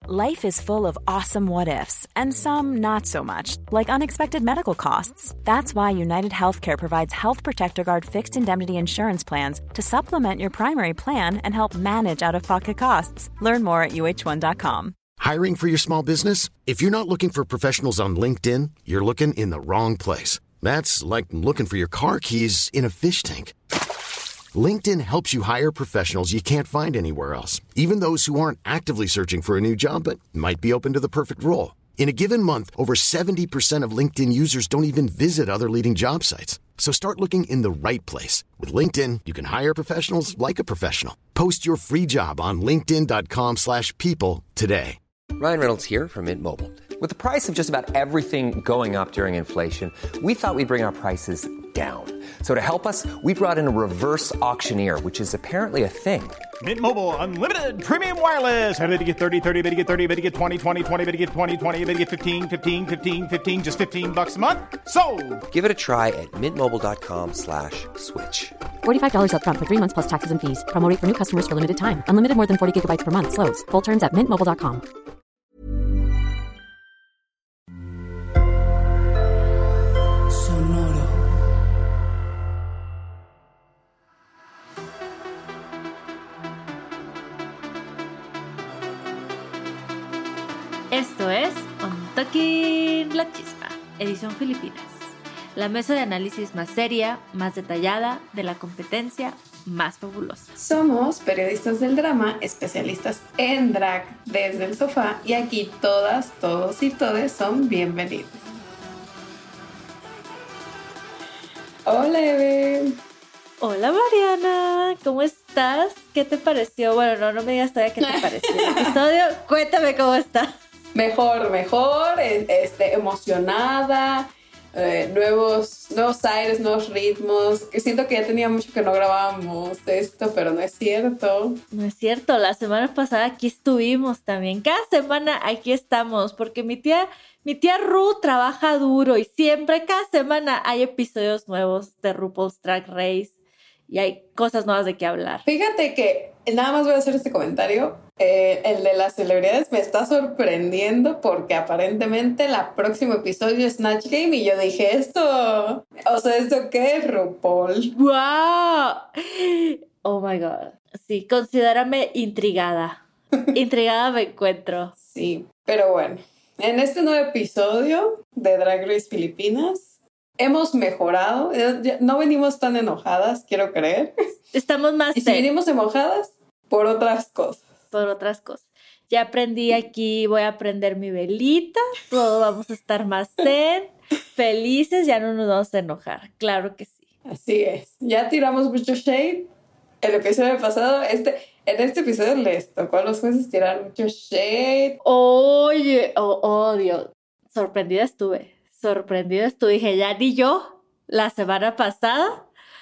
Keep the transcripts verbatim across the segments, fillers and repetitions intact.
Life is full of awesome what-ifs, and some not so much, like unexpected medical costs. That's why United Healthcare provides Health Protector Guard fixed indemnity insurance plans to supplement your primary plan and help manage out-of-pocket costs. Learn more at U H one dot com. Hiring for your small business? If you're not looking for professionals on LinkedIn, you're looking in the wrong place. That's like looking for your car keys in a fish tank. LinkedIn helps you hire professionals you can't find anywhere else, even those who aren't actively searching for a new job but might be open to the perfect role. In a given month, over seventy percent of LinkedIn users don't even visit other leading job sites. So start looking in the right place. With LinkedIn, you can hire professionals like a professional. Post your free job on linkedin dot com slash people today. Ryan Reynolds here from Mint Mobile. With the price of just about everything going up during inflation, we thought we'd bring our prices down. So to help us, we brought in a reverse auctioneer, which is apparently a thing. Mint Mobile Unlimited Premium Wireless. How to get thirty, thirty, how to get thirty, how to get twenty, twenty, twenty, how to get twenty, twenty, how to get fifteen, fifteen, fifteen, fifteen, just fifteen bucks a month? Sold! Give it a try at mintmobile.com slash switch. forty-five dollars up front for three months plus taxes and fees. Promo rate for new customers for limited time. Unlimited more than forty gigabytes per month. Slows full terms at mint mobile dot com. Sonoro. Esto es Un Toquín la Chispa, edición Filipinas. La mesa de análisis más seria, más detallada, de la competencia más fabulosa. Somos periodistas del drama, especialistas en drag desde el sofá, y aquí todas, todos y todes son bienvenidos. Hola, Eve. Hola, Mariana. ¿Cómo estás? ¿Qué te pareció? Bueno, no, no me digas todavía qué te pareció el episodio. Cuéntame cómo está. Mejor, mejor, este, emocionada, eh, nuevos, nuevos aires, nuevos ritmos, que siento que ya tenía mucho que no grabábamos esto, pero no es cierto. No es cierto, la semana pasada aquí estuvimos también, cada semana aquí estamos, porque mi tía, mi tía Ru trabaja duro y siempre, cada semana hay episodios nuevos de RuPaul's Drag Race y hay cosas nuevas de qué hablar. Fíjate que nada más voy a hacer este comentario. Eh, el de las celebridades me está sorprendiendo porque aparentemente el próximo episodio es Snatch Game y yo dije, esto, o sea, ¿esto qué es, RuPaul? ¡Wow! Oh my God. Sí, considérame intrigada. Intrigada me encuentro. Sí, pero bueno, en este nuevo episodio de Drag Race Filipinas hemos mejorado. No venimos tan enojadas, quiero creer. Estamos más y si venimos enojadas, por otras cosas. Por otras cosas. Ya aprendí aquí, voy a prender mi velita, todos vamos a estar más zen, felices, ya no nos vamos a enojar, claro que sí. Así es, ya tiramos mucho shade. El episodio pasado, este, en este episodio les tocó a los jueces tirar mucho shade. Oye, oh, oh Dios, sorprendida estuve, sorprendida estuve, dije, ya ni yo, la semana pasada.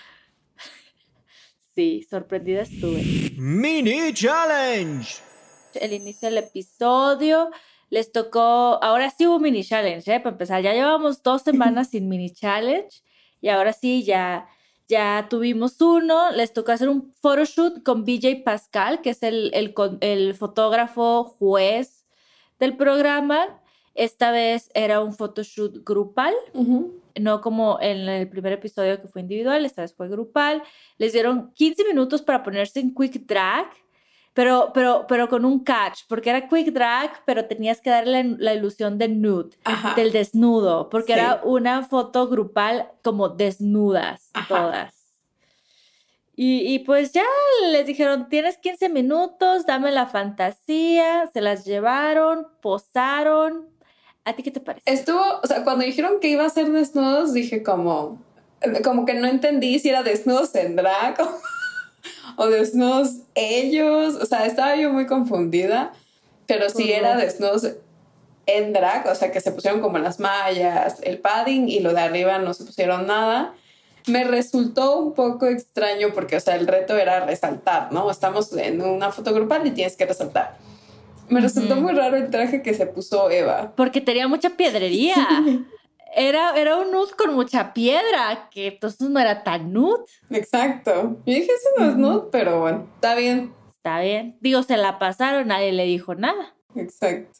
Sí, sorprendida estuve. Mini Challenge. El inicio del episodio les tocó, ahora sí hubo mini challenge, ¿eh? Para empezar, ya llevamos dos semanas sin mini challenge y ahora sí ya, ya tuvimos uno. Les tocó hacer un photoshoot con B J Pascal, que es el, el, el fotógrafo juez del programa. Esta vez era un photoshoot grupal. Uh-huh. No como en el primer episodio que fue individual, esta vez fue grupal. Les dieron quince minutos para ponerse en quick drag, pero, pero, pero con un catch, porque era quick drag, pero tenías que darle la, la ilusión de nude, Ajá. del desnudo, porque sí. Era una foto grupal como desnudas, Ajá. todas. Y, y pues ya les dijeron, tienes quince minutos, dame la fantasía, se las llevaron, posaron. ¿A ti qué te parece? Estuvo, o sea, cuando dijeron que iba a ser desnudos, dije como, como que no entendí si era desnudos en drag o, o desnudos ellos. O sea, estaba yo muy confundida, pero sí uh-huh. era desnudos en drag, o sea, que se pusieron como las mallas, el padding y lo de arriba no se pusieron nada. Me resultó un poco extraño porque, o sea, el reto era resaltar, ¿no? Estamos en una foto grupal y tienes que resaltar. Me resultó uh-huh. muy raro el traje que se puso Eva. Porque tenía mucha piedrería. Sí. Era, era un nude con mucha piedra, que entonces no era tan nude. Exacto. Yo dije, eso no uh-huh. es nude, pero bueno, está bien. Está bien. Digo, se la pasaron, nadie le dijo nada. exacto.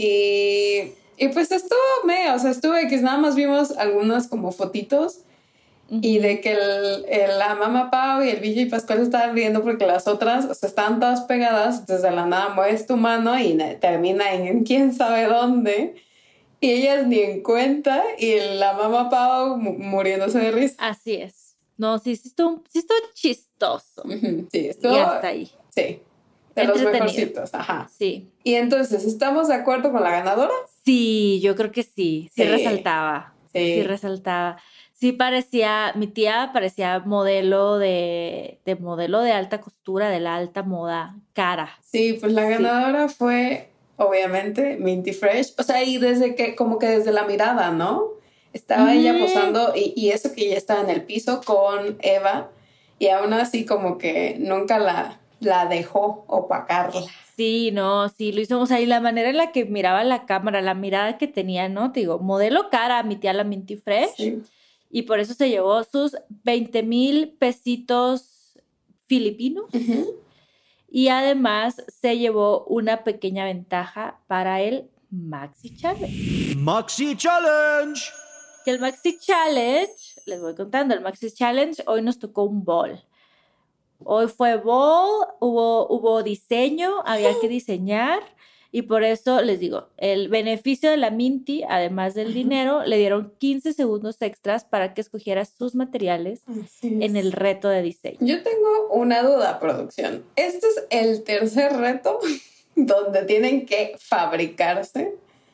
Y, y pues estuvo me, o sea, estuvo X, nada más vimos algunas como fotitos uh-huh. y de que el, el, la mamá Pau y el Villa y Pascual estaban riendo porque las otras, o sea, estaban todas pegadas, entonces de la nada mueves tu mano y termina en quién sabe dónde. Y ellas ni en cuenta, y la mamá Pau muriéndose de risa. Así es. No, sí, sí estuvo, sí estuvo chistoso. Uh-huh, sí, estuvo... Y hasta ahí. Sí, de los mejorcitos, ajá. Sí. Y entonces, ¿estamos de acuerdo con la ganadora? Sí, yo creo que sí. Sí, sí. resaltaba. Sí. sí resaltaba. Sí parecía, mi tía parecía modelo de, de modelo de alta costura, de la alta moda cara. Sí, pues la ganadora sí. fue... Obviamente, Minty Fresh. O sea, y desde que, como que desde la mirada, ¿no? Estaba mm. ella posando y, y eso que ella estaba en el piso con Eva y aún así como que nunca la, la dejó opacarla. Sí, no, sí, lo hizo. O sea, y la manera en la que miraba la cámara, la mirada que tenía, ¿no? Te digo, modelo cara, mi tía la Minty Fresh. Sí. Y por eso se llevó sus veinte mil pesitos filipinos. Uh-huh. Y además se llevó una pequeña ventaja para el Maxi Challenge. Maxi Challenge. Que el Maxi Challenge, les voy contando, el Maxi Challenge hoy nos tocó un ball. Hoy fue ball, hubo, hubo diseño, había que diseñar. Y por eso les digo, el beneficio de la Minty, además del dinero, le dieron quince segundos extras para que escogiera sus materiales en el reto de diseño. Yo tengo una duda, producción. Este es el tercer reto donde tienen que fabricarse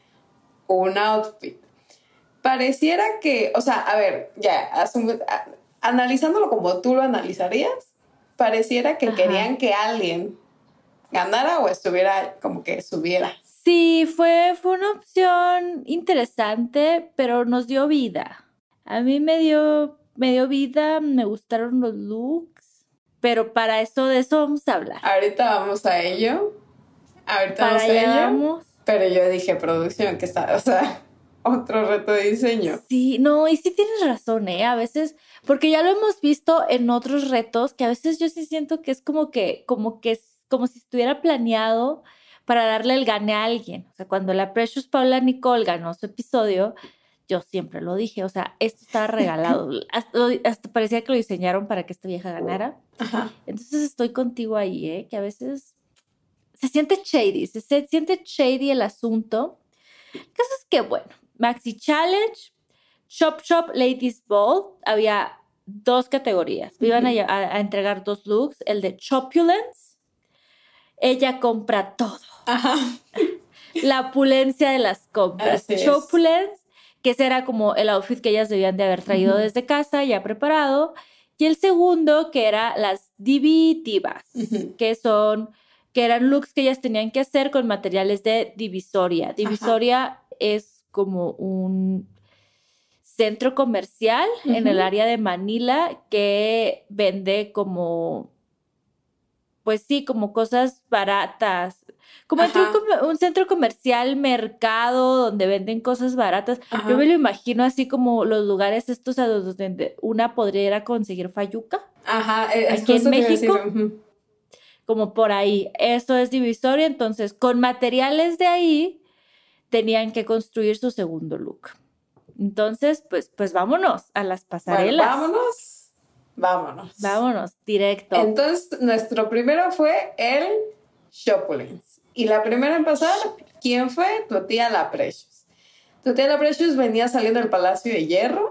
un outfit. Pareciera que, o sea, a ver, ya, asum- a, analizándolo como tú lo analizarías, pareciera que Ajá. querían que alguien ganara o estuviera como que subiera. Sí, fue, fue una opción interesante, pero nos dio vida. A mí me dio, me dio vida, me gustaron los looks, pero para eso, de eso vamos a hablar. Ahorita vamos a ello. Ahorita para vamos a ello. Vamos. Pero yo dije producción, que está, o sea, otro reto de diseño. Sí, no, y sí tienes razón, ¿eh? A veces, porque ya lo hemos visto en otros retos, que a veces yo sí siento que es como que, como que es como si estuviera planeado para darle el gane a alguien. O sea, cuando la Precious Paula Nicole ganó su episodio, yo siempre lo dije, o sea, esto estaba regalado. hasta, hasta parecía que lo diseñaron para que esta vieja ganara. Ajá. Entonces estoy contigo ahí, ¿eh? Que a veces se siente shady, se, se siente shady el asunto. El caso es que, bueno, Maxi Challenge, Chop Chop Ladies Ball, había dos categorías. Uh-huh. Iban a, a, a entregar dos looks, el de Chopulence. Ella compra todo. Ajá. La opulencia de las compras. Chopulence, que ese era como el outfit que ellas debían de haber traído uh-huh. desde casa, ya preparado. Y el segundo, que era las Divi Divas, uh-huh. que son, que eran looks que ellas tenían que hacer con materiales de Divisoria. Divisoria Ajá. es como un centro comercial uh-huh. en el área de Manila que vende como... pues sí, como cosas baratas. Como entre un, un centro comercial, mercado, donde venden cosas baratas. Ajá. Yo me lo imagino así como los lugares estos a los donde una podría ir a conseguir fayuca. Ajá, es aquí en México. Uh-huh. Como por ahí. Eso es Divisoria. Entonces, con materiales de ahí, tenían que construir su segundo look. Entonces, pues, pues vámonos a las pasarelas. Bueno, vámonos. Vámonos. Vámonos, directo. Entonces, nuestro primero fue el Chopulence. Y la primera en pasar, ¿quién fue? Tu tía La Precious. Tu tía La Precious venía saliendo del Palacio de Hierro.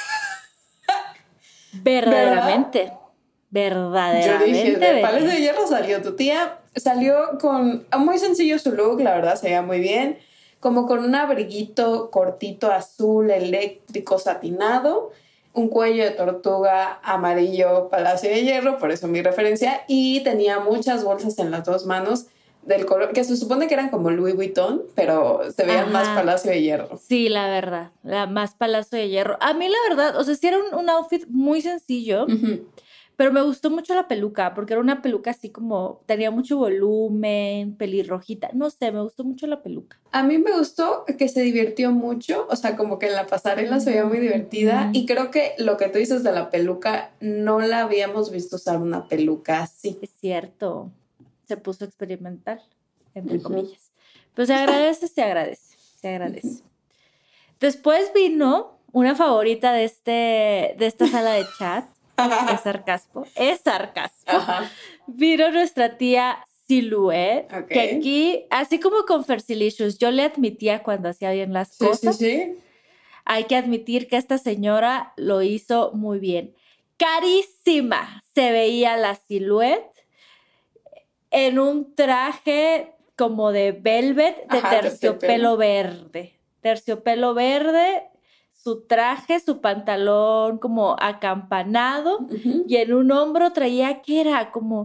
Verdaderamente. ¿verdad? Verdaderamente. Yo dije, del Palacio de Hierro salió tu tía. Salió con... Muy sencillo su look, la verdad, se veía muy bien. Como con un abriguito cortito azul, eléctrico, satinado. Un cuello de tortuga amarillo Palacio de Hierro, por eso mi referencia, y tenía muchas bolsas en las dos manos del color, que se supone que eran como Louis Vuitton, pero se veían Ajá. más Palacio de Hierro. Sí, la verdad, la más Palacio de Hierro. A mí la verdad, o sea, sí era un, un outfit muy sencillo, uh-huh. pero me gustó mucho la peluca, porque era una peluca así como, tenía mucho volumen, pelirrojita, no sé, me gustó mucho la peluca. A mí me gustó que se divirtió mucho, o sea, como que en la pasarela se veía muy divertida, mm. y creo que lo que tú dices de la peluca, no la habíamos visto usar una peluca así. Es cierto, se puso experimental, entre uh-huh. comillas. Pues se agradece, se agradece, se agradece. Después vino una favorita de, este, de esta sala de chat. Es sarcasmo. Es sarcasmo. Ajá. Vino nuestra tía Silhouette, Ok. que aquí, así como con Fersilicious, yo le admitía cuando hacía bien las Sí, cosas. sí, sí. Hay que admitir que esta señora lo hizo muy bien. Carísima se veía la Silhouette en un traje como de velvet de Ajá, terciopelo verde. Terciopelo verde, su traje, su pantalón como acampanado, Uh-huh. y en un hombro traía, ¿qué era? Como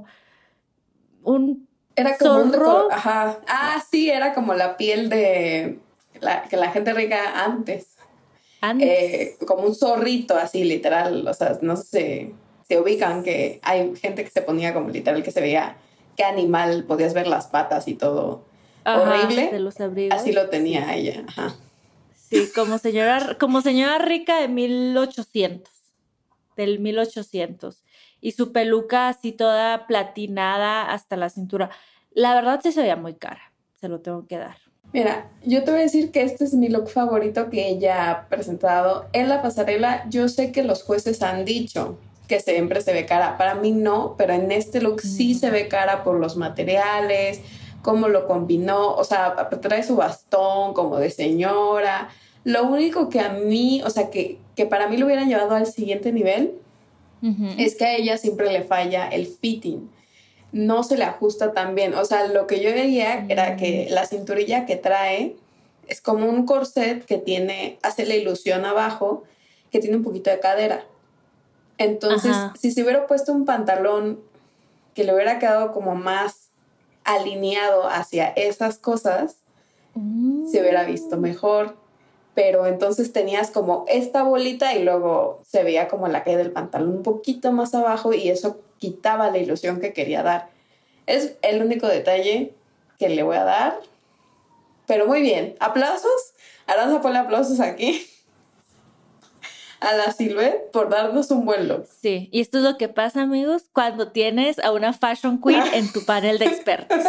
un Era como un zorro. decor- Ajá. Ah, sí, era como la piel de la, que la gente rica antes. Antes. Eh, como un zorrito así, literal. O sea, no sé, se ubican que hay gente que se ponía como literal que se veía qué animal, podías ver las patas y todo. Ajá, horrible. de los abrigos. Así lo tenía ella. Ajá. Sí, como señora, como señora rica de mil ochocientos, del mil ochocientos. Y su peluca así toda platinada hasta la cintura. La verdad sí se veía muy cara, se lo tengo que dar. Mira, yo te voy a decir que este es mi look favorito que ella ha presentado en la pasarela. Yo sé que los jueces han dicho que siempre se ve cara. Para mí no, pero en este look sí se ve cara por los materiales, cómo lo combinó. O sea, trae su bastón como de señora. Lo único que a mí, o sea, que, que para mí lo hubieran llevado al siguiente nivel, uh-huh. es que a ella siempre le falla el fitting. No se le ajusta tan bien. O sea, lo que yo veía era que la cinturilla que trae es como un corset que tiene, hace la ilusión abajo, que tiene un poquito de cadera. Entonces, Ajá. si se hubiera puesto un pantalón que le hubiera quedado como más alineado hacia esas cosas, mm. se hubiera visto mejor. Pero entonces tenías como esta bolita y luego se veía como la caída del pantalón un poquito más abajo y eso quitaba la ilusión que quería dar. Es el único detalle que le voy a dar. Pero muy bien. ¿Aplausos? Aranza, ponle aplausos aquí a la Silhouette por darnos un buen look. Sí, y esto es lo que pasa, amigos, cuando tienes a una fashion queen en tu panel de expertos.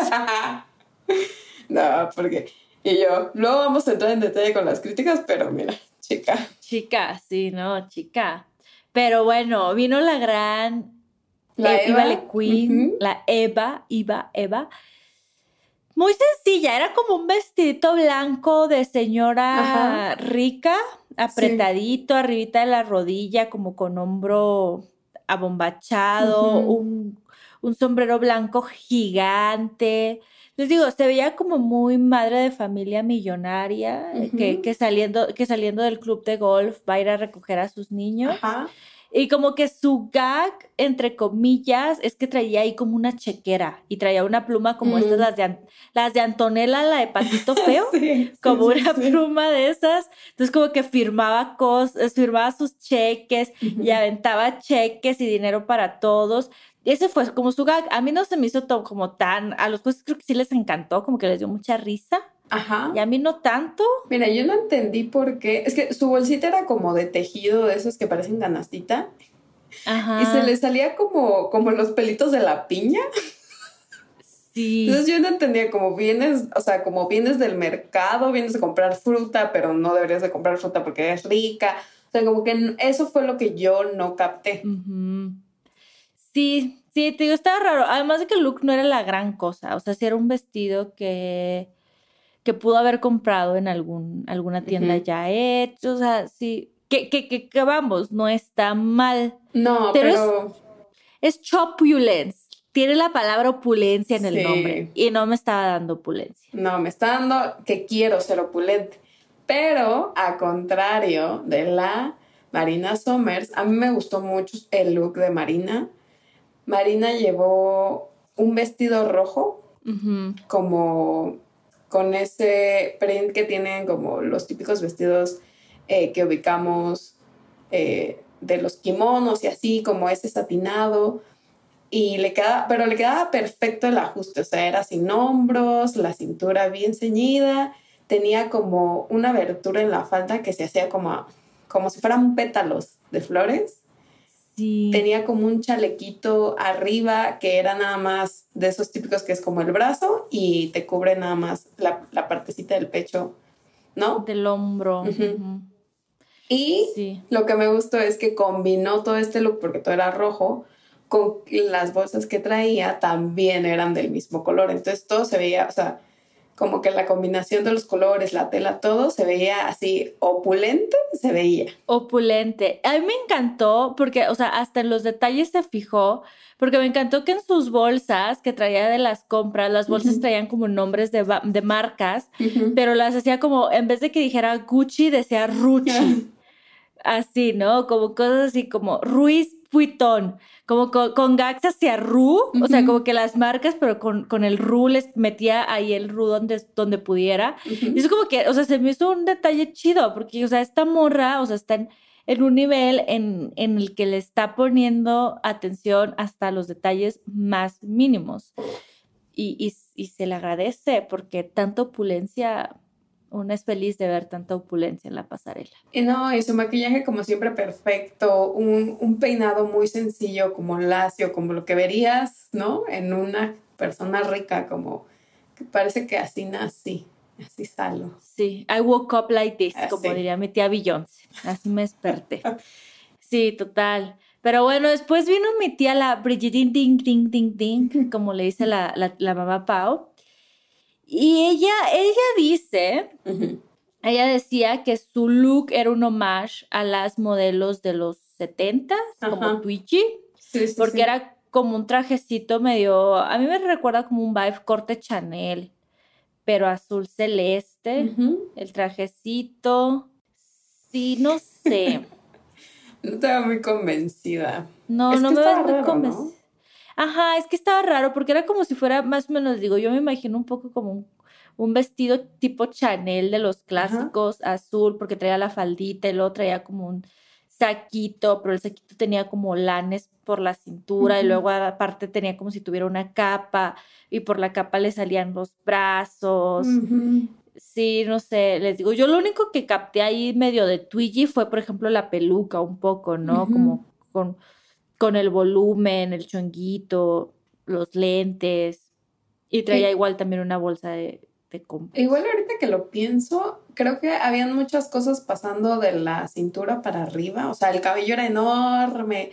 No, porque... Y yo, luego vamos a entrar en detalle con las críticas, pero mira, chica. Chica, sí, no, chica. Pero bueno, vino la gran... La eh, Eva. Eva Le Queen, uh-huh. la Eva, Eva, Eva. Muy sencilla, era como un vestidito blanco de señora Ajá. rica, apretadito, sí. arribita de la rodilla, como con hombro abombachado, uh-huh. un, un sombrero blanco gigante. Les digo, se veía como muy madre de familia millonaria, uh-huh. que, que, saliendo, que saliendo del club de golf va a ir a recoger a sus niños. Ajá. Y como que su gag, entre comillas, es que traía ahí como una chequera y traía una pluma como mm. estas, las de, las de Antonella, la de Patito Feo, sí, como sí, una sí, pluma de esas. Entonces como que firmaba cosas, firmaba sus cheques uh-huh. y aventaba cheques y dinero para todos. Y ese fue como su gag. A mí no se me hizo todo como tan... A los jueces creo que sí les encantó, como que les dio mucha risa. Ajá. Y a mí no tanto. Mira, yo no entendí por qué. Es que su bolsita era como de tejido, de esos que parecen canastita. Ajá. Y se le salía como, como los pelitos de la piña. Sí. Entonces yo no entendía, como vienes, o sea, como vienes del mercado, vienes a comprar fruta, pero no deberías de comprar fruta porque es rica. O sea, como que eso fue lo que yo no capté. Uh-huh. Sí, sí, te digo, estaba raro. Además de que el look no era la gran cosa. O sea, sí era un vestido que... que pudo haber comprado en algún, alguna tienda uh-huh. ya hecho, o sea, sí, que, que, que, que vamos, no está mal. No, pero... pero... Es, es chopulence, tiene la palabra opulencia en el sí. nombre, y no me estaba dando opulencia. No, me está dando que quiero ser opulente, pero a contrario de la Marina Somers, a mí me gustó mucho el look de Marina. Marina llevó un vestido rojo, uh-huh. como... con ese print que tienen como los típicos vestidos eh, que ubicamos eh, de los kimonos y así, como ese satinado, y le queda, pero le quedaba perfecto el ajuste, o sea, era sin hombros, la cintura bien ceñida, tenía como una abertura en la falda que se hacía como, como si fueran pétalos de flores, Sí. tenía como un chalequito arriba que era nada más de esos típicos que es como el brazo y te cubre nada más la, la partecita del pecho, ¿no? Del hombro. Uh-huh. Uh-huh. Y sí. lo que me gustó es que combinó todo este look, porque todo era rojo, con las bolsas que traía también eran del mismo color. Entonces todo se veía, o sea, como que la combinación de los colores, la tela, todo se veía así opulente, se veía. Opulente. A mí me encantó porque, o sea, hasta en los detalles se fijó, porque me encantó que en sus bolsas que traía de las compras, las bolsas uh-huh. traían como nombres de, de marcas, uh-huh. pero las hacía como, en vez de que dijera Gucci, decía Rucci. Así, ¿no? Como cosas así como Ruiz Vuitton, como con, con gags hacia Ru, uh-huh. o sea, como que las marcas, pero con, con el Ru les metía ahí el Ru donde, donde pudiera. Uh-huh. Y es como que, o sea, se me hizo un detalle chido, porque, o sea, esta morra, o sea, está en, en un nivel en, en el que le está poniendo atención hasta los detalles más mínimos. Y, y, y se le agradece, porque tanta opulencia... Una es feliz de ver tanta opulencia en la pasarela. Y no, y su maquillaje como siempre perfecto, un, un peinado muy sencillo, como lacio, como lo que verías, ¿no? En una persona rica, como que parece que así nací, así salgo. Sí, I woke up like this, así. Como diría mi tía Beyoncé, así me desperté. Sí, total. Pero bueno, después vino mi tía la Brigitte Ding Ding Ding Ding, como le dice la, la, la mamá Pau. Y ella, ella dice, uh-huh. ella decía que su look era un homage a las modelos de los setentas, uh-huh. como Twitchy, sí, sí, porque sí. era como un trajecito medio, a mí me recuerda como un vibe corte Chanel, pero azul celeste, uh-huh. el trajecito, sí, no sé. No te veo muy convencida. No, es no que me veo muy convencida. ¿No? Ajá, es que estaba raro porque era como si fuera más o menos, digo, yo me imagino un poco como un, un vestido tipo Chanel de los clásicos, ajá. azul, porque traía la faldita y luego traía como un saquito, pero el saquito tenía como lanes por la cintura uh-huh. y luego aparte tenía como si tuviera una capa y por la capa le salían los brazos. Uh-huh. Sí, no sé, les digo, yo lo único que capté ahí medio de Twiggy fue, por ejemplo, la peluca un poco, ¿no? Uh-huh. Como con... con el volumen, el chonguito, los lentes, y traía sí. igual también una bolsa de, de compras. Igual ahorita que lo pienso, creo que habían muchas cosas pasando de la cintura para arriba, o sea, el cabello era enorme,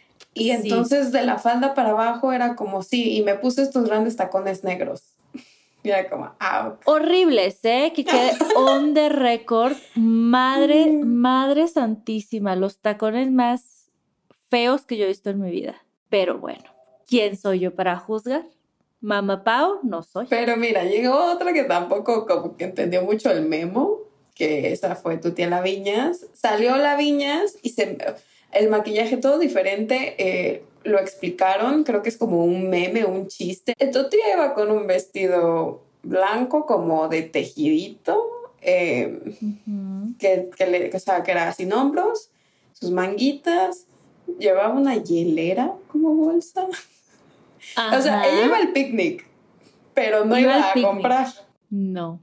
y sí. entonces de la falda para abajo era como, sí, y me puse estos grandes tacones negros. Y era como, ah. Horribles, ¿eh? Que quede on the record, madre, madre santísima, los tacones más feos que yo he visto en mi vida. Pero bueno, ¿quién soy yo para juzgar? Mamá Pau, no soy. Pero mira, llegó otra que tampoco como que entendió mucho el memo, que esa fue tu tía Laviñas. Salió Laviñas y se, el maquillaje todo diferente, eh, lo explicaron, creo que es como un meme, un chiste. Tu tía iba con un vestido blanco como de tejidito, eh, uh-huh. que, que, le, o sea, que era sin hombros, sus manguitas. Llevaba una hielera como bolsa. Ajá. O sea, ella iba al picnic, pero no iba, iba a picnic. comprar. No.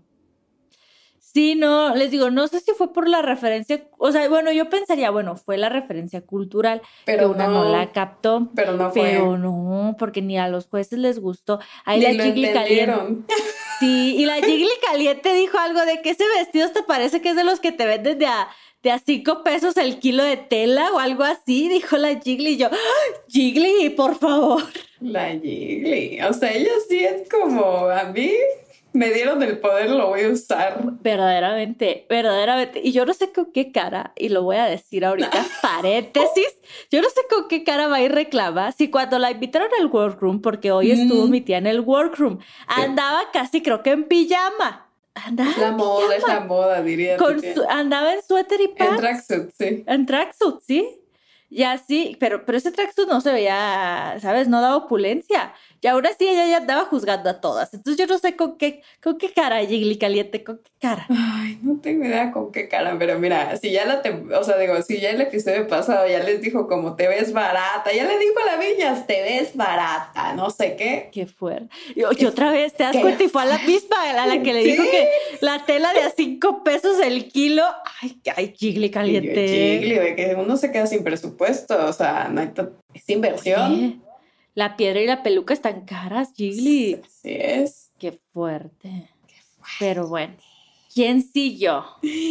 Sí, no, les digo, no sé si fue por la referencia, o sea, bueno, yo pensaría, bueno, fue la referencia cultural, pero que una no, no la captó. Pero no fue. Pero no, porque ni a los jueces les gustó. Ahí ni la lo Jiggly entendieron. Caliente. Sí, y la Jiggly Caliente dijo algo de que ese vestido te parece que es de los que te venden de a... de a cinco pesos el kilo de tela o algo así, dijo la Jiggly. Y yo, ¡ah! Jiggly, por favor. La Jiggly, o sea, ella sí es como, a mí me dieron el poder, lo voy a usar. Verdaderamente, verdaderamente. Y yo no sé con qué cara, y lo voy a decir ahorita, paréntesis, yo no sé con qué cara va a ir reclama si cuando la invitaron al workroom, porque hoy mm. estuvo mi tía en el workroom, andaba sí. casi creo que en pijama. Andaba la moda, es la moda, diría. Con su, andaba en suéter y pants. En tracksuit, sí. En tracksuit, sí. Y así, pero, pero ese tracksuit no se veía, ¿sabes? No daba opulencia. Y ahora sí ella ya andaba juzgando a todas. Entonces yo no sé con qué, con qué cara, Jiggly Caliente, con qué cara. Ay, no tengo idea con qué cara, pero mira, si ya la, te, o sea, digo, si ya el episodio pasado ya les dijo como te ves barata, ya le dijo a la Viñas, te ves barata, no sé qué. Qué fuerte. Y, y otra vez, ¿te das cuenta? Y fue a la misma, a la que le ¿Sí? dijo que la tela de a cinco cinco pesos el kilo. Ay, ay, Jiggly caliente. Jiggly, de que uno se queda sin presupuesto, o sea, no hay t- es inversión. Oye, la piedra y la peluca están caras, Jiggly. Así es. Qué fuerte. Qué fuerte. Pero bueno, ¿quién siguió?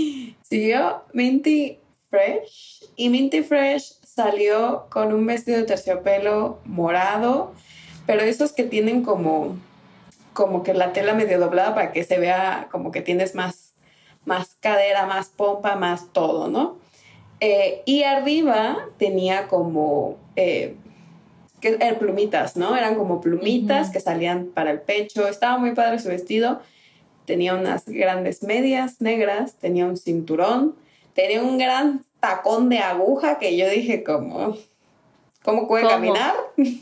Siguió Minty Fresh, y Minty Fresh salió con un vestido de terciopelo morado, pero esos que tienen como, como que la tela medio doblada para que se vea como que tienes más, más cadera, más pompa, más todo, ¿no? Eh, y arriba tenía como eh, que, eran plumitas, ¿no? Eran como plumitas uh-huh. que salían para el pecho. Estaba muy padre su vestido. Tenía unas grandes medias negras, tenía un cinturón, tenía un gran tacón de aguja que yo dije como, ¿cómo puede ¿Cómo? caminar?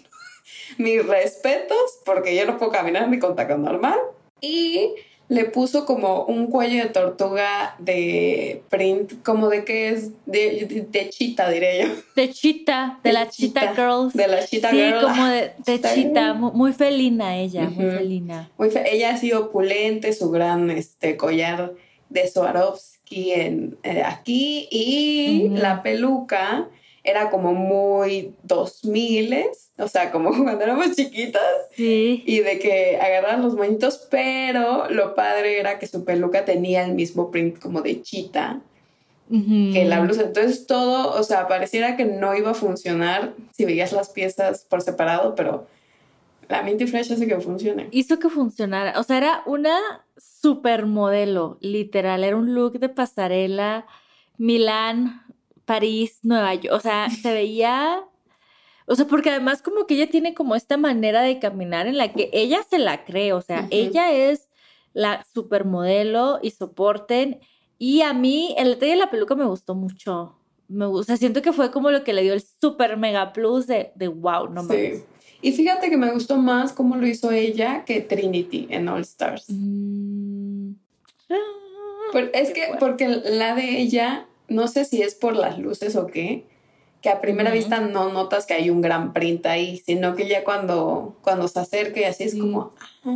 Mis respetos, porque yo no puedo caminar ni con tacón normal. Y le puso como un cuello de tortuga de print, como de que es de, de, de chita, diré yo. De chita, de, de la Cheetah Girls. De la Cheetah sí, Girl. Sí, como de, de chita, muy, muy felina ella, uh-huh. muy felina. Muy fe- ella ha sido opulente, su gran este, collar de Swarovski en, eh, aquí, y uh-huh. la peluca era como muy dos miles, o sea, como cuando éramos chiquitas. Sí. Y de que agarraban los moñitos, pero lo padre era que su peluca tenía el mismo print como de chita uh-huh. que la blusa. Entonces todo, o sea, pareciera que no iba a funcionar si veías las piezas por separado, pero la Minty Fresh hace que funcione. Hizo que funcionara. O sea, era una supermodelo, literal. Era un look de pasarela, Milán, París, Nueva York. O sea, se veía... O sea, porque además como que ella tiene como esta manera de caminar en la que ella se la cree. O sea, uh-huh. ella es la supermodelo y soporten. Y a mí el detalle de la peluca me gustó mucho. Me gusta. O sea, siento que fue como lo que le dio el super mega plus de, de wow, no mames. Sí. Y fíjate que me gustó más cómo lo hizo ella que Trinity en All Stars. Mm. Pero es que, porque la de ella, no sé si es por las luces o qué, que a primera uh-huh. vista no notas que hay un gran print ahí, sino que ya cuando, cuando se acerca y así sí. es como,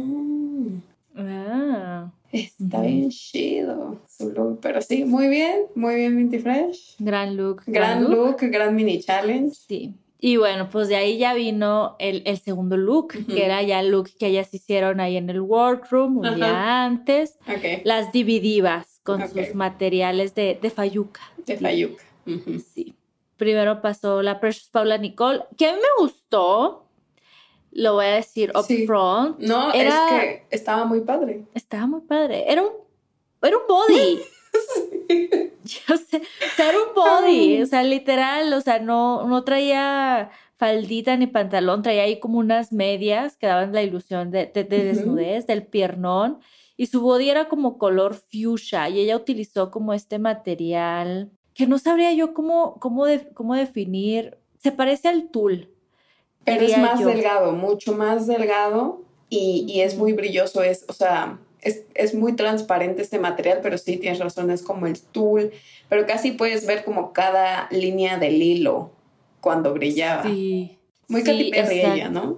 ah, ah. está uh-huh. bien chido su look. Pero sí, muy bien, muy bien Minty Fresh. Gran look. Gran, gran look, look, gran mini challenge. Sí. Y bueno, pues de ahí ya vino el, el segundo look, uh-huh. que era ya el look que ellas hicieron ahí en el workroom un uh-huh. día antes. Okay. Las dividivas con okay. sus materiales de, de fayuca. De fayuca. Uh-huh. Sí. Primero pasó la Precious Paula Nicole, que a mí me gustó, lo voy a decir up sí. front. No, era, es que estaba muy padre. Estaba muy padre. Era un, era un body. sí. Yo sé, o sea, era un body, o sea, literal, o sea, no, no traía faldita ni pantalón, traía ahí como unas medias que daban la ilusión de, de, de desnudez, uh-huh. del piernón, y su body era como color fuchsia, y ella utilizó como este material que no sabría yo cómo, cómo, de, cómo definir, se parece al tul. Pero es más yo. delgado, mucho más delgado, y, y es muy brilloso, es, o sea... Es, es muy transparente este material, pero sí tienes razón, es como el tul, pero casi puedes ver como cada línea del hilo cuando brillaba. Sí. Muy sí, Katy Perry exacto. ella, ¿no?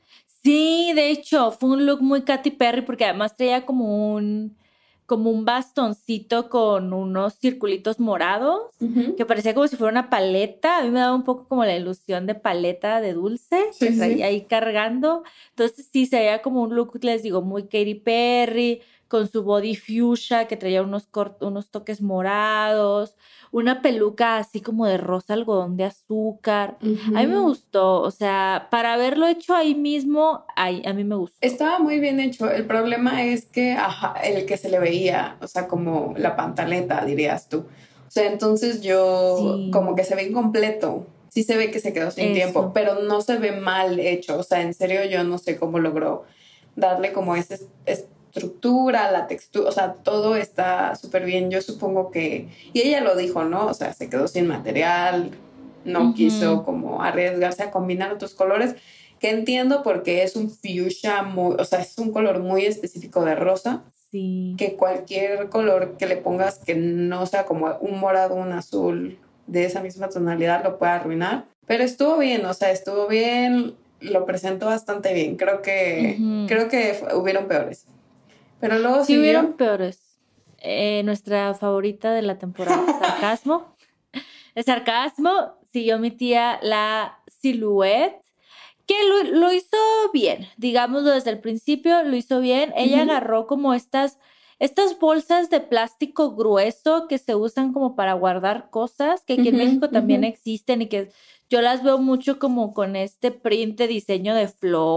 Sí, de hecho, fue un look muy Katy Perry porque además traía como un, como un bastoncito con unos circulitos morados, uh-huh. que parecía como si fuera una paleta. A mí me daba un poco como la ilusión de paleta de dulce, sí, que traía sí. ahí cargando. Entonces sí, se veía como un look, les digo, muy Katy Perry, con su body fuchsia, que traía unos, cort- unos toques morados, una peluca así como de rosa algodón de azúcar. Uh-huh. A mí me gustó, o sea, para haberlo hecho ahí mismo, ay, a mí me gustó. Estaba muy bien hecho. El problema es que, ajá, el que se le veía, o sea, como la pantaleta, dirías tú. O sea, entonces yo, sí. como que se ve incompleto. Sí se ve que se quedó sin Eso. tiempo, pero no se ve mal hecho. O sea, en serio yo no sé cómo logró darle como ese... ese estructura, la textura, o sea, todo está súper bien. Yo supongo que, y ella lo dijo, ¿no? O sea, se quedó sin material, no uh-huh. quiso como arriesgarse a combinar otros colores, que entiendo porque es un fuchsia muy, o sea, es un color muy específico de rosa. Sí. Que cualquier color que le pongas que no sea como un morado, un azul de esa misma tonalidad lo puede arruinar. Pero estuvo bien, o sea, estuvo bien, lo presentó bastante bien. Creo que, uh-huh. creo que hubieron peores. Pero luego sí siguió. hubieron peores. eh, nuestra favorita de la temporada, sarcasmo. El sarcasmo siguió mi tía la Silhouette, que lo, lo hizo bien, digámoslo desde el principio, lo hizo bien. Ella uh-huh. agarró como estas, estas bolsas de plástico grueso que se usan como para guardar cosas, que aquí uh-huh, en México uh-huh. también existen y que yo las veo mucho como con este print de diseño de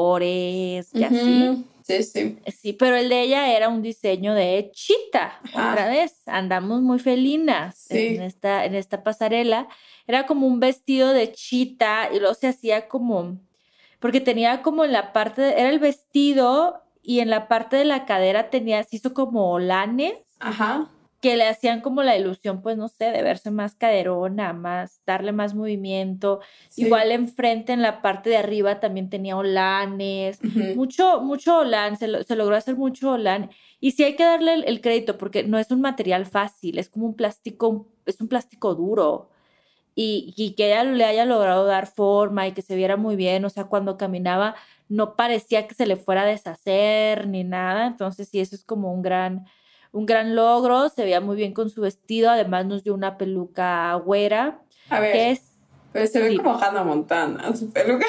flores y uh-huh. así. Sí, sí. Sí, pero el de ella era un diseño de chita. Ajá. Otra vez, andamos muy felinas sí. en, esta, en esta pasarela. Era como un vestido de chita y luego se hacía como... Porque tenía como en la parte... De, era el vestido y en la parte de la cadera tenía... Se hizo como olanes. Ajá. Que le hacían como la ilusión, pues no sé, de verse más caderona, más, darle más movimiento. Sí. Igual enfrente, en la parte de arriba, también tenía olanes. Uh-huh. Mucho, mucho olán, se, lo, se logró hacer mucho olán. Y sí hay que darle el, el crédito, porque no es un material fácil, es como un plástico, es un plástico duro. Y, y que ella le haya logrado dar forma y que se viera muy bien, o sea, cuando caminaba no parecía que se le fuera a deshacer ni nada. Entonces sí, eso es como un gran... Un gran logro, se veía muy bien con su vestido, además nos dio una peluca güera. A ver, que es, pero se ve sí. como Hannah Montana, su peluca.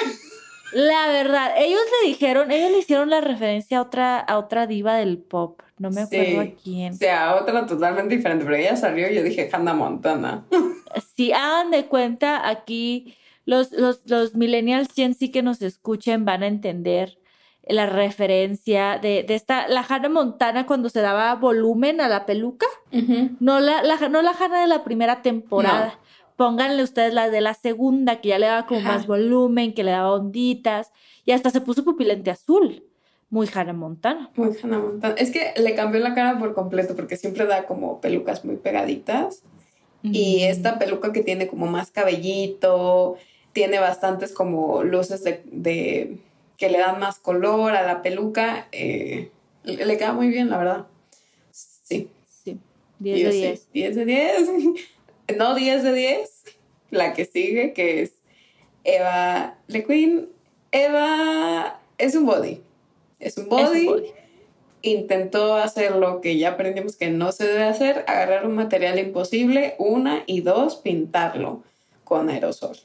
La verdad, ellos le dijeron, ellos le hicieron la referencia a otra, a otra diva del pop, no me acuerdo sí. a quién. O sea, a otra totalmente diferente, pero ella salió y yo dije Hannah Montana. Sí, hagan de cuenta, aquí los, los, los millennials Gen Z que nos escuchen van a entender la referencia de, de esta, la Hannah Montana cuando se daba volumen a la peluca, uh-huh. no, la, la, no la Hannah de la primera temporada, no. Pónganle ustedes la de la segunda, que ya le daba como Ajá. más volumen, que le daba onditas, y hasta se puso pupilente azul, muy Hannah Montana. Muy Hannah Montana, es que le cambió la cara por completo, porque siempre da como pelucas muy pegaditas, uh-huh. y esta peluca que tiene como más cabellito, tiene bastantes como luces de... de que le dan más color a la peluca, eh, le, le queda muy bien, la verdad. Sí. Sí, diez de diez. diez de diez. No diez de diez. La que sigue, que es Eva Le Queen. Eva es un body. Es un body. Es un body. Intentó hacer lo que ya aprendimos que no se debe hacer, agarrar un material imposible, una, y dos, pintarlo con aerosol.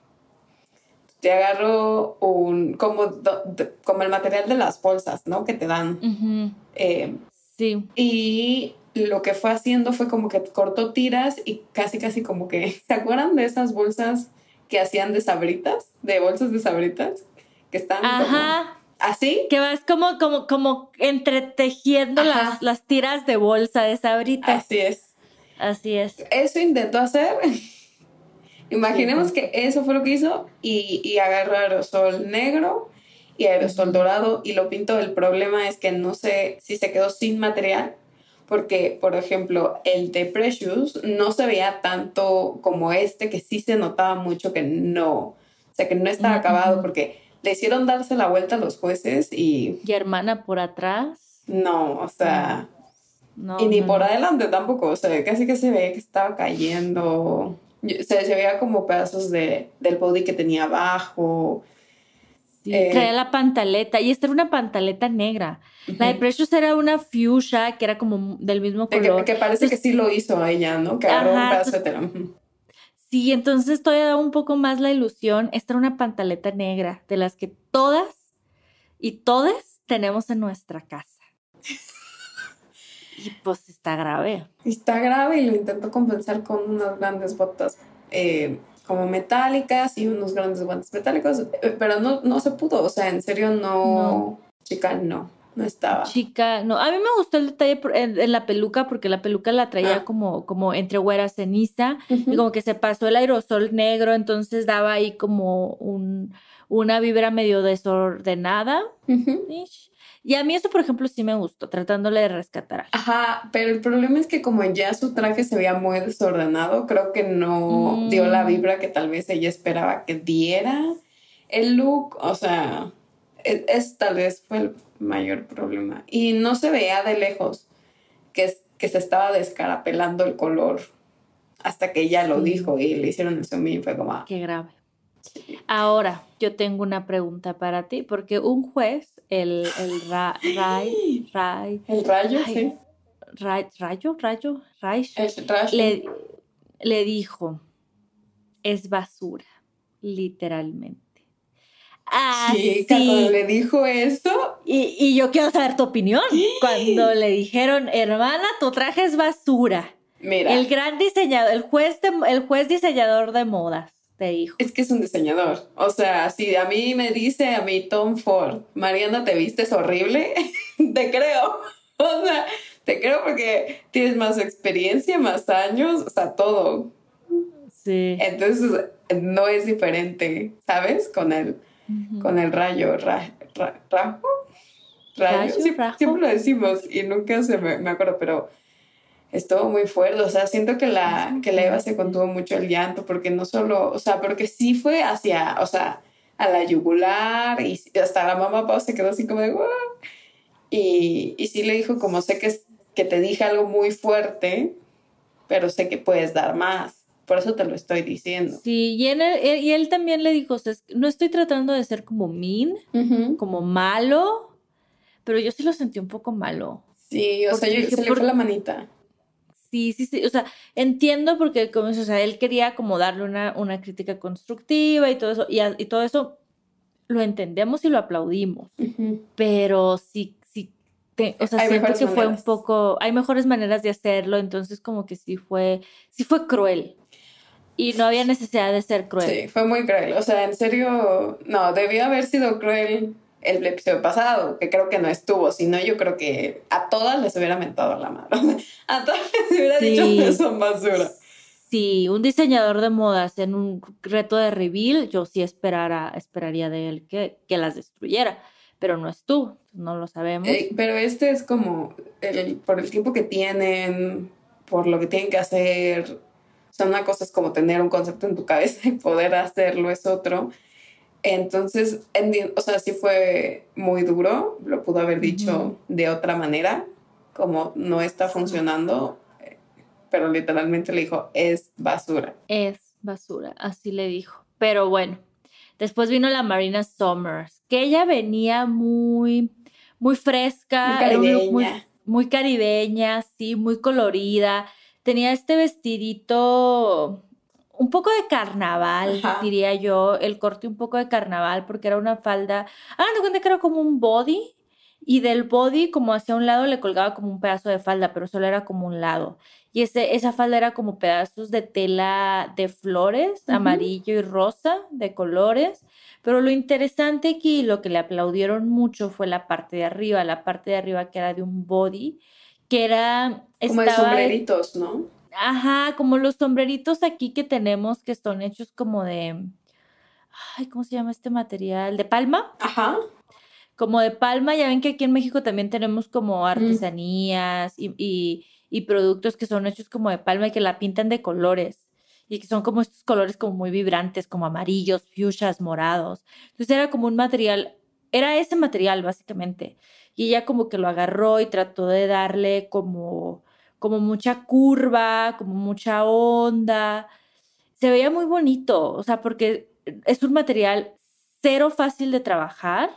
Te agarro un como, do, de, como el material de las bolsas, ¿no? Que te dan. Uh-huh. Eh, sí. Y lo que fue haciendo fue como que cortó tiras y casi, casi como que... ¿Se acuerdan de esas bolsas que hacían de sabritas? De bolsas de sabritas. Que están Ajá. como... ¿Así? Que vas como, como, como entretejiendo las, las tiras de bolsa de sabritas. Así es. Así es. Eso intentó hacer... Imaginemos sí, que eso fue lo que hizo y, y agarró aerosol negro y aerosol dorado y lo pintó. El problema es que no sé si se quedó sin material porque, por ejemplo, el de Precious no se veía tanto como este, que sí se notaba mucho que no, o sea, que no estaba uh-huh. acabado porque le hicieron darse la vuelta a los jueces y... ¿Y hermana por atrás? No, o sea... No, y ni no, por no. adelante tampoco, o sea, casi que se veía que estaba cayendo... Se, se veía como pedazos de, del body que tenía abajo. Sí, eh, traía la pantaleta. Y esta era una pantaleta negra. Uh-huh. La de Precious era una fuchsia que era como del mismo color. Que, que parece entonces, que sí lo hizo a ella, ¿no? Que agarró ajá, un pedazo entonces, de tela. Uh-huh. Sí, entonces todavía da un poco más la ilusión. Esta era una pantaleta negra de las que todas y todes tenemos en nuestra casa. Y pues está grave. Está grave y lo intentó compensar con unas grandes botas eh, como metálicas y unos grandes guantes metálicos, eh, pero no, no se pudo, o sea, en serio no, no. Chica, no, no estaba. Chica, no. A mí me gustó el detalle en, en la peluca porque la peluca la traía ah. como, como entre güera ceniza uh-huh. y como que se pasó el aerosol negro, entonces daba ahí como un, una vibra medio desordenada. Uh-huh. Y a mí eso, por ejemplo, sí me gustó, tratándole de rescatar algo. Ajá, pero el problema es que como ya su traje se veía muy desordenado, creo que no mm. dio la vibra que tal vez ella esperaba que diera el look. O sea, es, es tal vez fue el mayor problema. Y no se veía de lejos que, que se estaba descarapelando el color hasta que ella sí. lo dijo y le hicieron el zoom y fue como... Qué grave. Sí. Ahora, yo tengo una pregunta para ti, porque un juez, el, el ra, ray, ray, el rayo, ay, sí. Ray, Rayo, Rayo, Raish, El Rayo. le, le dijo, es basura, literalmente. Chica, cuando le dijo eso. Y, y yo quiero saber tu opinión. Cuando le dijeron, hermana, tu traje es basura. Mira. El gran diseñador, el juez, de, el juez diseñador de modas, te dijo. Es que es un diseñador. O sea, si a mí me dice, a mí Tom Ford, Mariana, ¿te vistes horrible? Te creo. O sea, te creo porque tienes más experiencia, más años, o sea, todo. Sí. Entonces, no es diferente, ¿sabes? Con el... Uh-huh. Con el rayo, ra, ra, rajo, rayo, rayo siempre, rajo. siempre lo decimos y nunca se me, me acuerdo, pero estuvo muy fuerte, o sea, siento que la, que la Eva se contuvo mucho el llanto, porque no solo, o sea, porque sí fue hacia, o sea, a la yugular, y hasta la mamá Pau se quedó así como de, ¡wow! Y, y sí le dijo como, sé que, que te dije algo muy fuerte, pero sé que puedes dar más. Por eso te lo estoy diciendo. Sí, y él, él, y él también le dijo, o sea, no estoy tratando de ser como mean, uh-huh. como malo, pero yo sí lo sentí un poco malo. Sí, o sea, yo, dije, se le por... fue la manita. Sí, sí, sí, o sea, entiendo porque, como, o sea, él quería como darle una, una crítica constructiva y todo eso, y, a, y todo eso lo entendemos y lo aplaudimos, uh-huh. pero sí, sí, te, o sea, hay siento que maneras. Fue un poco, hay mejores maneras de hacerlo, entonces como que sí fue, sí fue cruel. Y no había necesidad de ser cruel. Sí, fue muy cruel. O sea, en serio, no, debió haber sido cruel el episodio pasado, que creo que no estuvo. Si no, yo creo que a todas les hubiera mentado la mano. A todas les hubiera sí. dicho que son basura. Sí, un diseñador de modas en un reto de reveal, yo sí esperara, esperaría de él que, que las destruyera. Pero no estuvo, no lo sabemos. Eh, pero este es como, el, por el tiempo que tienen, por lo que tienen que hacer... O sea, una cosa es como tener un concepto en tu cabeza y poder hacerlo es otro. Entonces, en, o sea, sí fue muy duro. Lo pudo haber dicho uh-huh. de otra manera, como no está funcionando, pero literalmente le dijo, es basura. Es basura, así le dijo. Pero bueno, después vino la Marina Summers, que ella venía muy, muy fresca. Muy caribeña. Muy, muy caribeña, sí, muy colorida. Tenía este vestidito un poco de carnaval, Ajá. diría yo, el corte un poco de carnaval, porque era una falda, hagan de cuenta que era como un body, y del body como hacia un lado le colgaba como un pedazo de falda, pero solo era como un lado. Y ese, esa falda era como pedazos de tela de flores, uh-huh. amarillo y rosa, de colores. Pero lo interesante aquí, lo que le aplaudieron mucho fue la parte de arriba, la parte de arriba que era de un body, que era... Como de sombreritos, ¿no? Ajá, como los sombreritos aquí que tenemos que son hechos como de... Ay, ¿cómo se llama este material? ¿De palma? Ajá. Como de palma, ya ven que aquí en México también tenemos como artesanías mm. y, y, y productos que son hechos como de palma y que la pintan de colores. Y que son como estos colores como muy vibrantes, como amarillos, fuchsias, morados. Entonces era como un material, era ese material básicamente. Y ella como que lo agarró y trató de darle como, como mucha curva, como mucha onda. Se veía muy bonito, o sea, porque es un material cero fácil de trabajar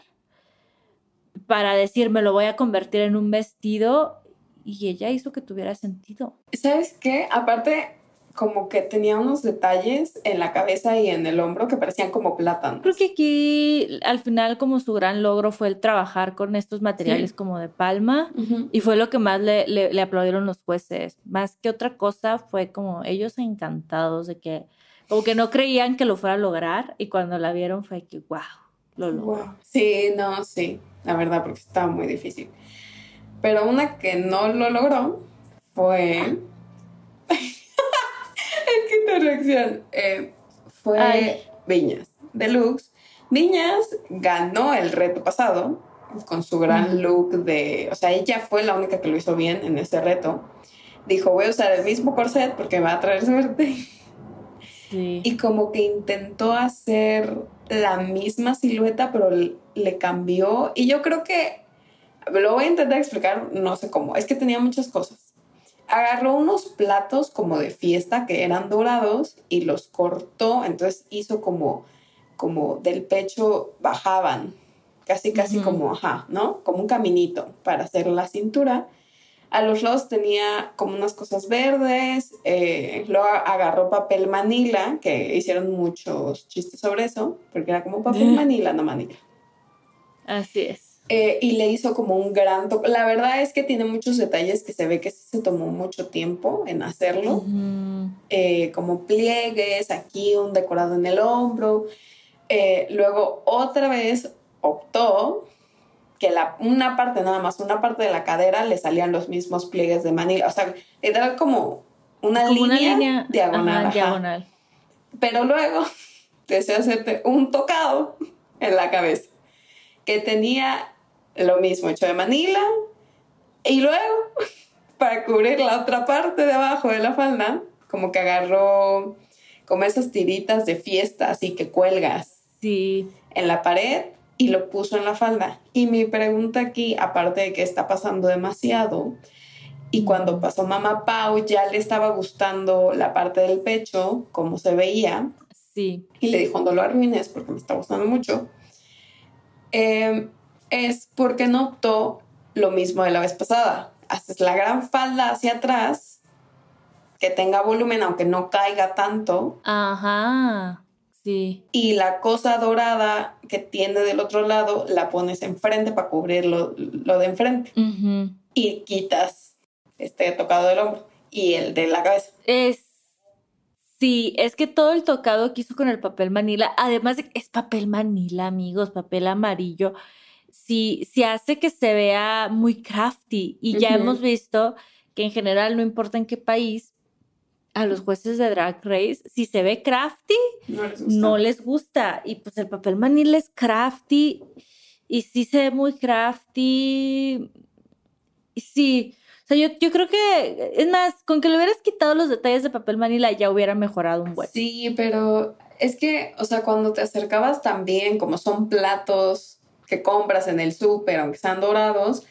para decir, me lo voy a convertir en un vestido, y ella hizo que tuviera sentido. ¿Sabes qué? Aparte, como que tenía unos detalles en la cabeza y en el hombro que parecían como plátanos. Creo que aquí al final como su gran logro fue el trabajar con estos materiales sí. como de palma uh-huh. y fue lo que más le, le, le aplaudieron los jueces. Más que otra cosa fue como ellos encantados de que como que no creían que lo fuera a lograr y cuando la vieron fue que wow, lo logró. Wow. Sí, no, sí, la verdad porque estaba muy difícil. Pero una que no lo logró fue... Qué reacción. Eh, fue Ay. Viñas Deluxe. Viñas ganó el reto pasado con su gran mm. look de... O sea, ella fue la única que lo hizo bien en ese reto. Dijo, voy a usar el mismo corset porque me va a traer suerte. Sí. Y como que intentó hacer la misma silueta, pero le, le cambió. Y yo creo que... Lo voy a intentar explicar, no sé cómo. Es que tenía muchas cosas. Agarró unos platos como de fiesta que eran dorados y los cortó, entonces hizo como, como del pecho bajaban, casi casi uh-huh. como, ajá, ¿no? Como un caminito para hacer la cintura. A los lados tenía como unas cosas verdes, eh, luego agarró papel manila, que hicieron muchos chistes sobre eso, porque era como papel manila, no manila. Así es. Eh, y le hizo como un gran toque. La verdad es que tiene muchos detalles que se ve que se tomó mucho tiempo en hacerlo. Uh-huh. Eh, como pliegues, aquí un decorado en el hombro. Eh, luego otra vez optó que la, una parte nada más, una parte de la cadera le salían los mismos pliegues de manila. O sea, era como una, como línea, una línea diagonal. Ajá, ajá. diagonal. Pero luego deseó hacerte un tocado en la cabeza que tenía lo mismo hecho de manila y luego para cubrir la otra parte de abajo de la falda como que agarró como esas tiritas de fiesta así que cuelgas sí. en la pared y lo puso en la falda. Y mi pregunta aquí, aparte de que está pasando demasiado, y cuando pasó Mamá Pau ya le estaba gustando la parte del pecho, como se veía. Sí. Y le dijo, no lo arruines porque me está gustando mucho. Eh, es porque no optó lo mismo de la vez pasada. Haces la gran falda hacia atrás, que tenga volumen, aunque no caiga tanto. Ajá. Sí. Y la cosa dorada que tiene del otro lado la pones enfrente para cubrir lo, lo de enfrente. Uh-huh. Y quitas este tocado del hombro y el de la cabeza. Es, sí, es que todo el tocado que hizo con el papel manila, además de que es papel manila, amigos, papel amarillo, sí, sí hace que se vea muy crafty. Y uh-huh. ya hemos visto que en general, no importa en qué país, a los jueces de Drag Race, si se ve crafty, no les gusta. No les gusta. Y pues el papel manila es crafty y sí se ve muy crafty. Y sí, o sea, yo, yo creo que, es más, con que le hubieras quitado los detalles de papel manila ya hubiera mejorado un buen. Sí, pero es que, o sea, cuando te acercabas también, como son platos que compras en el súper, aunque sean dorados,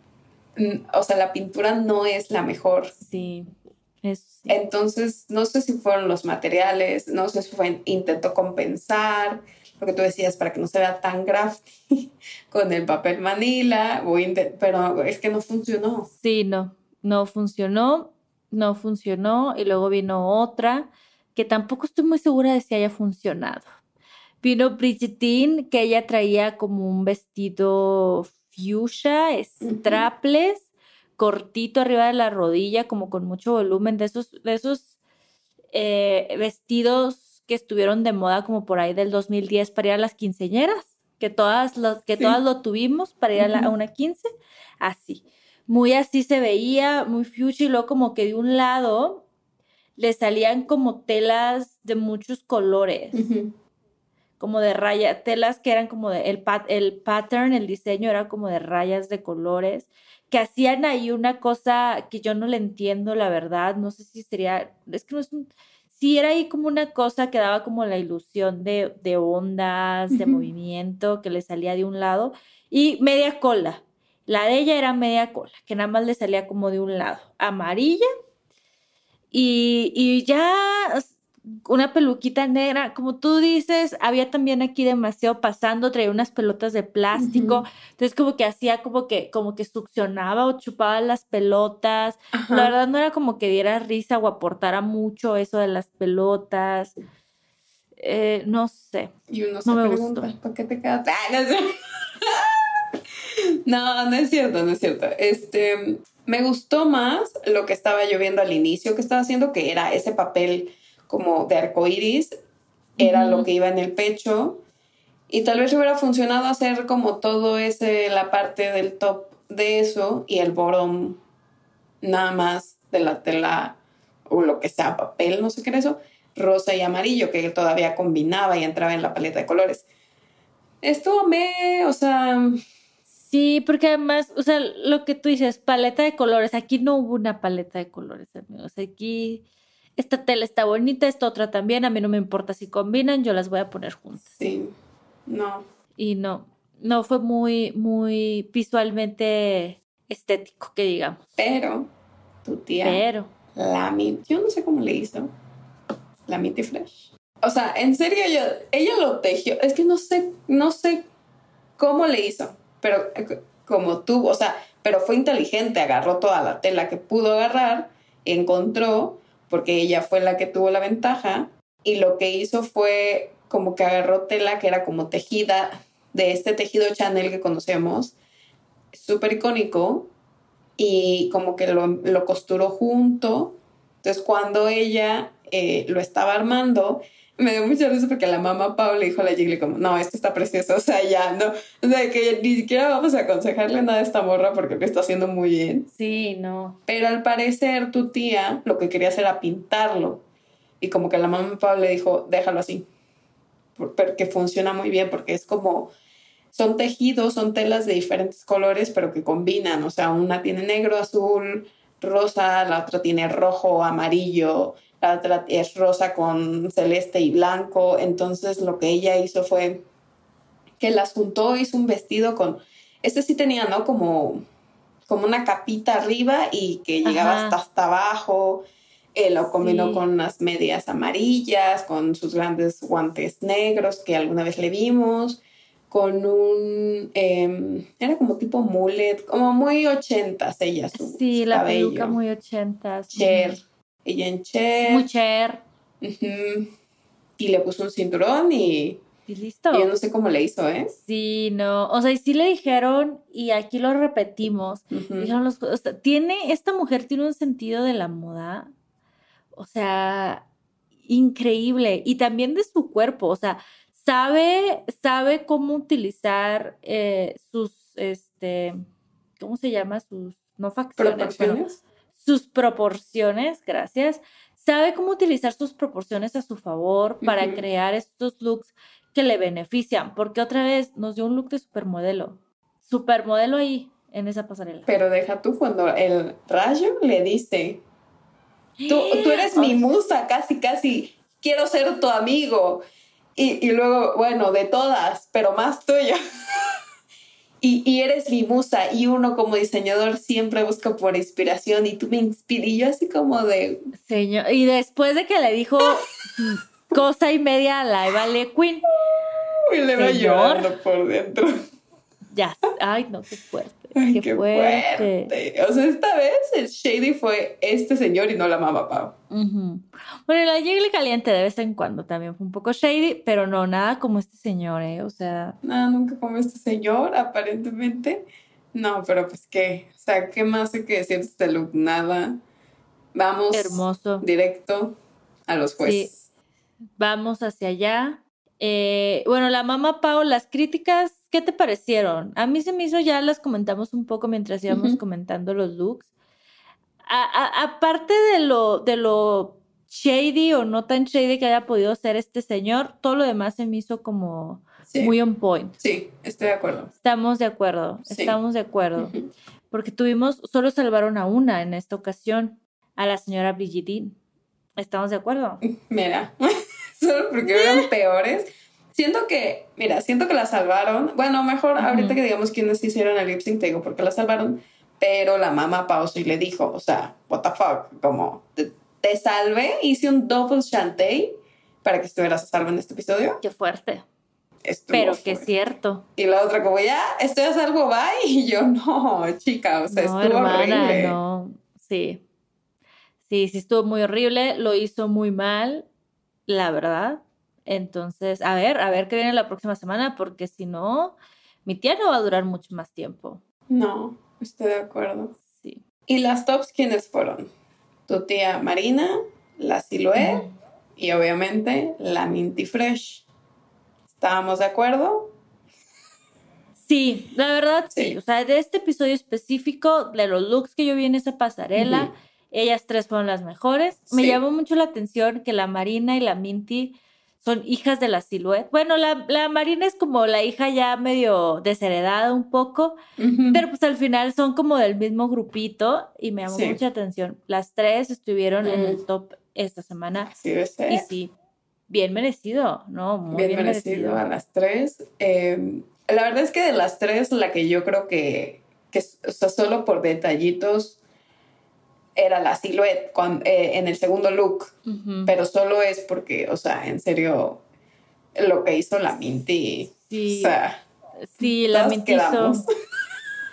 o sea, la pintura no es la mejor. Sí. Eso sí. Entonces, no sé si fueron los materiales, no sé si fue intentó compensar, lo que tú decías, para que no se vea tan crafty con el papel manila, o intent- pero es que no funcionó. Sí, no, no funcionó, no funcionó, y luego vino otra, que tampoco estoy muy segura de si haya funcionado. Vino Brigitte, que ella traía como un vestido fuchsia, strapless, uh-huh. cortito arriba de la rodilla, como con mucho volumen, de esos, de esos eh, vestidos que estuvieron de moda como por ahí del dos mil diez para ir a las quinceañeras, que todas, los, que sí. todas lo tuvimos para ir a, la, a una quince, así. Muy así se veía, muy fuchsia, y luego como que de un lado le salían como telas de muchos colores, uh-huh. como de rayas, telas que eran como de, el, pat, el pattern, el diseño era como de rayas de colores, que hacían ahí una cosa que yo no le entiendo, la verdad, no sé si sería, es que no es un, sí era ahí como una cosa que daba como la ilusión de, de ondas, uh-huh. de movimiento, que le salía de un lado, y media cola, la de ella era media cola, que nada más le salía como de un lado, amarilla, y, y ya una peluquita negra, como tú dices, había también aquí demasiado pasando, traía unas pelotas de plástico, uh-huh. entonces como que hacía como que, como que succionaba o chupaba las pelotas, uh-huh. la verdad no era como que diera risa o aportara mucho eso de las pelotas, eh, no sé, y uno no se me pregunta, gustó. ¿por qué te quedas? Ah, no, es no, no es cierto, no es cierto, este, me gustó más lo que estaba yo viendo al inicio que estaba haciendo, que era ese papel como de arcoíris, era uh-huh. lo que iba en el pecho, y tal vez hubiera funcionado hacer como todo ese, la parte del top de eso, y el bottom nada más de la tela, o lo que sea, papel, no sé qué era eso, rosa y amarillo, que todavía combinaba y entraba en la paleta de colores. Esto me, o sea... Sí, porque además, o sea, lo que tú dices, paleta de colores, aquí no hubo una paleta de colores, amigos, aquí... Esta tela está bonita, esta otra también, a mí no me importa si combinan, yo las voy a poner juntas. Sí, no. Y no, no fue muy, muy visualmente estético, que digamos. Pero, tu tía, Pero. la Mint, yo no sé cómo le hizo, la Minty Fresh. O sea, en serio, yo, ella lo tejió, es que no sé, no sé cómo le hizo, pero como tú, o sea, pero fue inteligente, agarró toda la tela que pudo agarrar, encontró, porque ella fue la que tuvo la ventaja, y lo que hizo fue como que agarró tela que era como tejida, de este tejido Chanel que conocemos, súper icónico, y como que lo, lo costuró junto. Entonces cuando ella eh, lo estaba armando, me dio mucha risa porque la mamá Pau le dijo a la Jiggly como, no, esto está precioso, o sea, ya, no, o sea, que ni siquiera vamos a aconsejarle nada a esta morra porque lo está haciendo muy bien. Sí, no. Pero al parecer tu tía lo que quería hacer era pintarlo, y como que la mamá Pau le dijo, déjalo así, porque funciona muy bien, porque es como, son tejidos, son telas de diferentes colores, pero que combinan, o sea, una tiene negro, azul, rosa, la otra tiene rojo, amarillo, la otra es rosa con celeste y blanco. Entonces lo que ella hizo fue que las juntó, hizo un vestido con, este sí tenía, ¿no? Como, como una capita arriba y que llegaba Ajá. hasta, hasta abajo. Eh, lo combinó Sí. con unas medias amarillas, con sus grandes guantes negros que alguna vez le vimos, con un, eh, era como tipo mullet, como muy ochentas ella, su, Sí, su la cabello. peluca muy ochentas. Cher, Ujú. ella en Cher. Muy Cher. Ujú. Y le puso un cinturón y, Y listo. y yo no sé cómo le hizo, ¿eh? Sí, no. O sea, y sí le dijeron, y aquí lo repetimos, Ujú. dijeron los, o sea, tiene, esta mujer tiene un sentido de la moda, o sea, increíble. Y también de su cuerpo, o sea, sabe, sabe cómo utilizar eh, sus, este, ¿cómo se llama? Sus, no facciones, bueno, ¿Proporciones? sus proporciones, gracias. Sabe cómo utilizar sus proporciones a su favor para Ujú. crear estos looks que le benefician, porque otra vez nos dio un look de supermodelo. Supermodelo ahí, en esa pasarela. Pero deja tú cuando el rayo le dice, tú, tú eres mi Ay, musa, casi, casi, quiero ser tu amigo. Y, y luego, bueno, de todas, pero más tuya. y, y eres mi musa. Y uno como diseñador siempre busca por inspiración y tú me inspiras. Y yo así como de... señor. Y después de que le dijo mm, cosa y media a la Eva Le Queen, Y le va Señor. llorando por dentro. ya, ay no, qué fuerte, Ay, qué, qué fuerte. fuerte. O sea, esta vez el shady fue este señor y no la mamá Pau. Ujú. Bueno, la Jiggly caliente de vez en cuando también fue un poco shady, pero no, nada como este señor, ¿eh? O sea, No, nunca como este señor, aparentemente. No, pero pues qué. O sea, ¿qué más hay que decir de este look? Nada. Vamos hermoso. directo a los jueces. Vamos hacia allá. Eh, bueno, la mamá Pau, las críticas, ¿qué te parecieron? A mí se me hizo, ya las comentamos un poco mientras íbamos Ujú. comentando los looks. A, a, aparte de lo, de lo shady o no tan shady que haya podido ser este señor, todo lo demás se me hizo como Sí. muy on point. Sí, estoy de acuerdo. Estamos de acuerdo, Sí. estamos de acuerdo. Ujú. Porque tuvimos, solo salvaron a una en esta ocasión, a la señora Brigitte. ¿Estamos de acuerdo? Mira, solo porque eran peores. Siento que, mira, siento que la salvaron. Bueno, mejor Ujú. ahorita que digamos quiénes hicieron el lip sync, te digo por qué la salvaron. Pero la mamá Pau sí le dijo, o sea, what the fuck, como te, te salvé, hice un double chantey para que estuvieras a salvo en este episodio. Qué fuerte. Estuvo Pero que es fuerte. cierto. Y la otra como, ya, estoy a salvo, bye. Y yo, no, chica, o sea, No, estuvo hermana, horrible. no. Sí. Sí, sí estuvo muy horrible. Lo hizo muy mal, la verdad. Entonces, a ver, a ver qué viene la próxima semana, porque si no, mi tía no va a durar mucho más tiempo. No, estoy de acuerdo. Sí. ¿Y las tops quiénes fueron? Tu tía Marina, la Silhouette Ujú. y obviamente la Minty Fresh. ¿Estábamos de acuerdo? Sí, la verdad sí. Sí. O sea, de este episodio específico, de los looks que yo vi en esa pasarela, Ujú. ellas tres fueron las mejores. Me Sí. llamó mucho la atención que la Marina y la Minty son hijas de la Silhouette. Bueno, la, la Marina es como la hija ya medio desheredada un poco, Ujú. pero pues al final son como del mismo grupito y me llamó Sí. mucha atención. Las tres estuvieron en el Mm. top esta semana Así debe ser. y sí, bien merecido, ¿no? Muy bien, bien, merecido, merecido. a las tres. Eh, la verdad es que de las tres, la que yo creo que, que o sea, solo por detallitos era la Silhouette con, eh, en el segundo look, Ujú. pero solo es porque, o sea, en serio, lo que hizo la Minty, Sí. o sea, Sí, la todos Minty hizo- quedamos.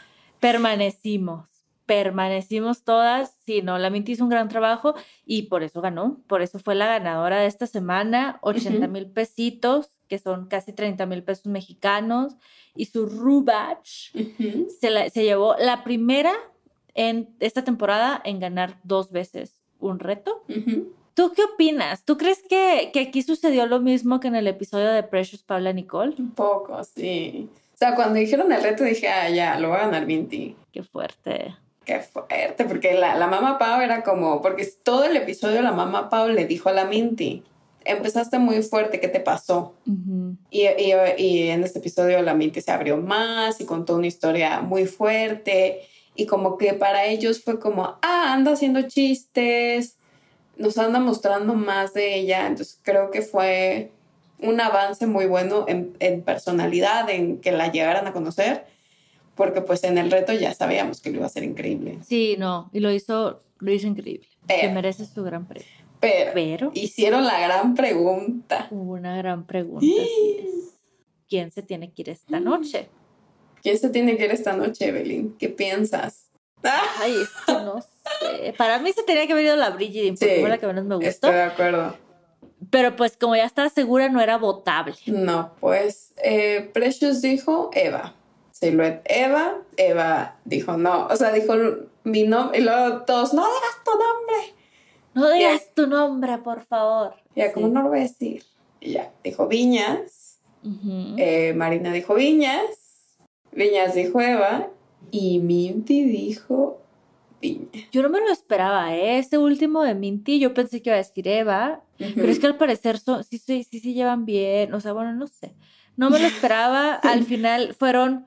permanecimos. Permanecimos todas. Sí, no, la Minty hizo un gran trabajo y por eso ganó. Por eso fue la ganadora de esta semana. ochenta mil uh-huh. pesitos, que son casi treinta mil pesos mexicanos. Y su Rubach uh-huh. se, la, se llevó la primera en esta temporada en ganar dos veces un reto. Uh-huh. ¿Tú qué opinas? ¿Tú crees que, que aquí sucedió lo mismo que en el episodio de Precious Paula Nicole? Un poco, sí. O sea, cuando dijeron el reto dije, ah, ya, lo va a ganar Minty. Qué fuerte. Qué fuerte, porque la, la mamá Pau era como... Porque todo el episodio la mamá Pau le dijo a la Minty, empezaste muy fuerte, ¿qué te pasó? Uh-huh. Y, y, y en este episodio la Minty se abrió más y contó una historia muy fuerte. Y como que para ellos fue como, ah, anda haciendo chistes... Nos anda mostrando más de ella, entonces creo que fue un avance muy bueno en, en personalidad, en que la llegaran a conocer, porque pues en el reto ya sabíamos que lo iba a ser increíble. Sí, no, y lo hizo, lo hizo increíble, pero, que merece su gran premio. Pero, pero hicieron la gran pregunta. Una gran pregunta, sí es. ¿Quién se tiene que ir esta noche? ¿Quién se tiene que ir esta noche, Evelyn? ¿Qué piensas? Ay, es que no sé. Para mí se tenía que haber ido la Bridget, porque sí, fue la que menos me gustó. Estoy de acuerdo. Pero pues como ya estaba segura, no era votable. No, pues eh, Precious dijo Eva. Silhouette Eva. Eva dijo no. O sea, dijo mi nombre. Y luego todos, no digas tu nombre. No digas ya. tu nombre, por favor. Ya, sí. Como no lo voy a decir. Y ya, dijo Viñas. Uh-huh. eh, Marina dijo Viñas. Viñas dijo Eva. Y Minty dijo Viña. Yo no me lo esperaba, ¿eh? Ese último de Minty, yo pensé que iba a decir Eva, uh-huh. pero es que al parecer son, sí, sí, sí se llevan bien, o sea, bueno, no sé. No me lo esperaba, al final fueron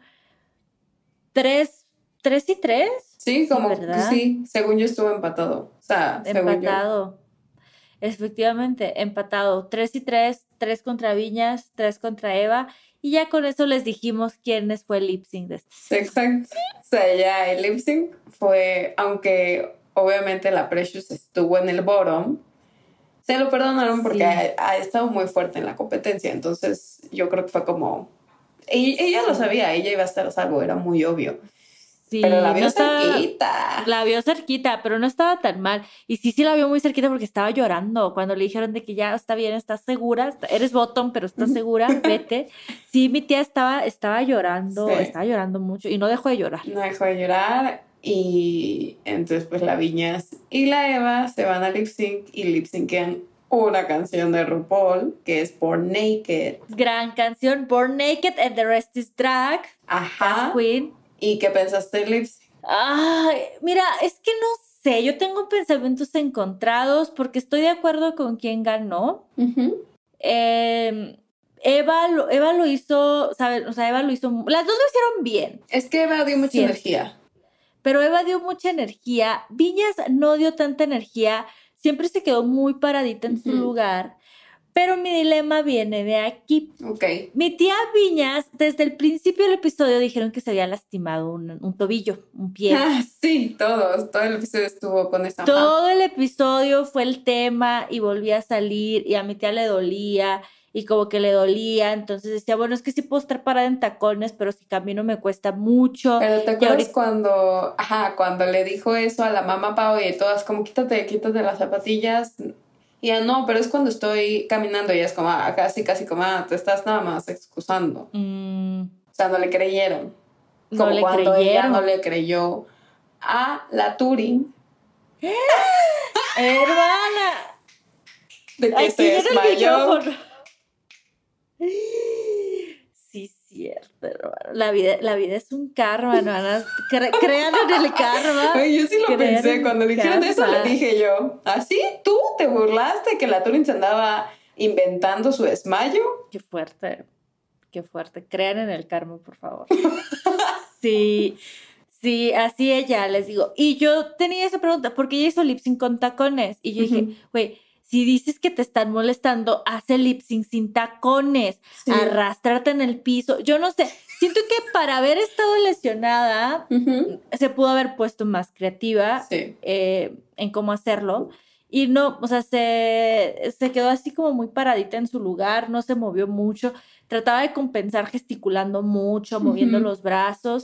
tres, tres y tres. Sí, como sí, que sí, según yo estuvo empatado. O sea, empatado. Efectivamente, empatado. Tres y tres, tres contra Viñas, tres contra Eva. Y ya con eso les dijimos quiénes fue el lip sync de este. Exacto. O sea, ya el lip sync fue, aunque obviamente la Precious estuvo en el bottom, se lo perdonaron porque sí. ha, ha estado muy fuerte en la competencia. Entonces yo creo que fue como... Ella, ella lo sabía, ella iba a estar a salvo, era muy obvio. Sí, pero la vio no cerquita. Estaba, la vio cerquita, pero no estaba tan mal. Y sí, sí la vio muy cerquita porque estaba llorando. Cuando le dijeron de que ya está bien, estás segura, está, eres bottom, pero estás segura, vete. Sí, mi tía estaba, estaba llorando, sí. estaba llorando mucho y no dejó de llorar. No dejó de llorar y entonces pues la Viñas y la Eva se van a lip sync y lip syncan una canción de RuPaul que es Born Naked. Gran canción, Born Naked and the Rest is Drag. Ajá. As Queen. ¿Y qué pensaste del lip sync? Ay, mira, es que no sé, yo tengo pensamientos encontrados porque estoy de acuerdo con quien ganó. Uh-huh. Eh, Eva, lo, Eva lo hizo, ¿sabes? O sea, Eva lo hizo, las dos lo hicieron bien. Es que Eva dio mucha sí. energía. Pero Eva dio mucha energía. Viñas no dio tanta energía, siempre se quedó muy paradita en uh-huh. su lugar. Pero mi dilema viene de aquí. Okay. Mi tía Viñas, desde el principio del episodio dijeron que se había lastimado un, un tobillo, un pie. Ah, sí, todos. Todo el episodio estuvo con esa. Todo el episodio fue el tema y volvía a salir y a mi tía le dolía y como que le dolía. Entonces decía, bueno, es que sí puedo estar parada en tacones, pero si camino me cuesta mucho. Pero ¿te acuerdas ahorita... cuando, ajá, cuando le dijo eso a la mamá Pau y todas como quítate, quítate las zapatillas? Y ya no, pero es cuando estoy caminando y es como, ah, casi, casi como, ah, te estás nada más excusando. Mm. O sea, no le creyeron. Como no le cuando creyeron. ella no le creyó a la Turing. ¡Hermana! De que se desmayó. Sí, cierto, hermano. La vida, la vida es un karma, hermanas. Cre- crean en el karma. Ay, yo sí lo crean pensé. Cuando dijeron eso, le dije yo, ¿así tú te burlaste que la Turing se andaba inventando su desmayo? Qué fuerte, qué fuerte. Crean en el karma, por favor. Sí, sí, así ella, les digo. Y yo tenía esa pregunta, porque ella hizo lip sync con tacones. Y yo uh-huh. dije, güey, si dices que te están molestando, haz el lip sync sin tacones, sí. arrástrate en el piso. Yo no sé, siento que para haber estado lesionada, uh-huh. se pudo haber puesto más creativa sí. eh, en cómo hacerlo. Y no, o sea, se, se quedó así como muy paradita en su lugar, no se movió mucho. Trataba de compensar gesticulando mucho, moviendo uh-huh. los brazos,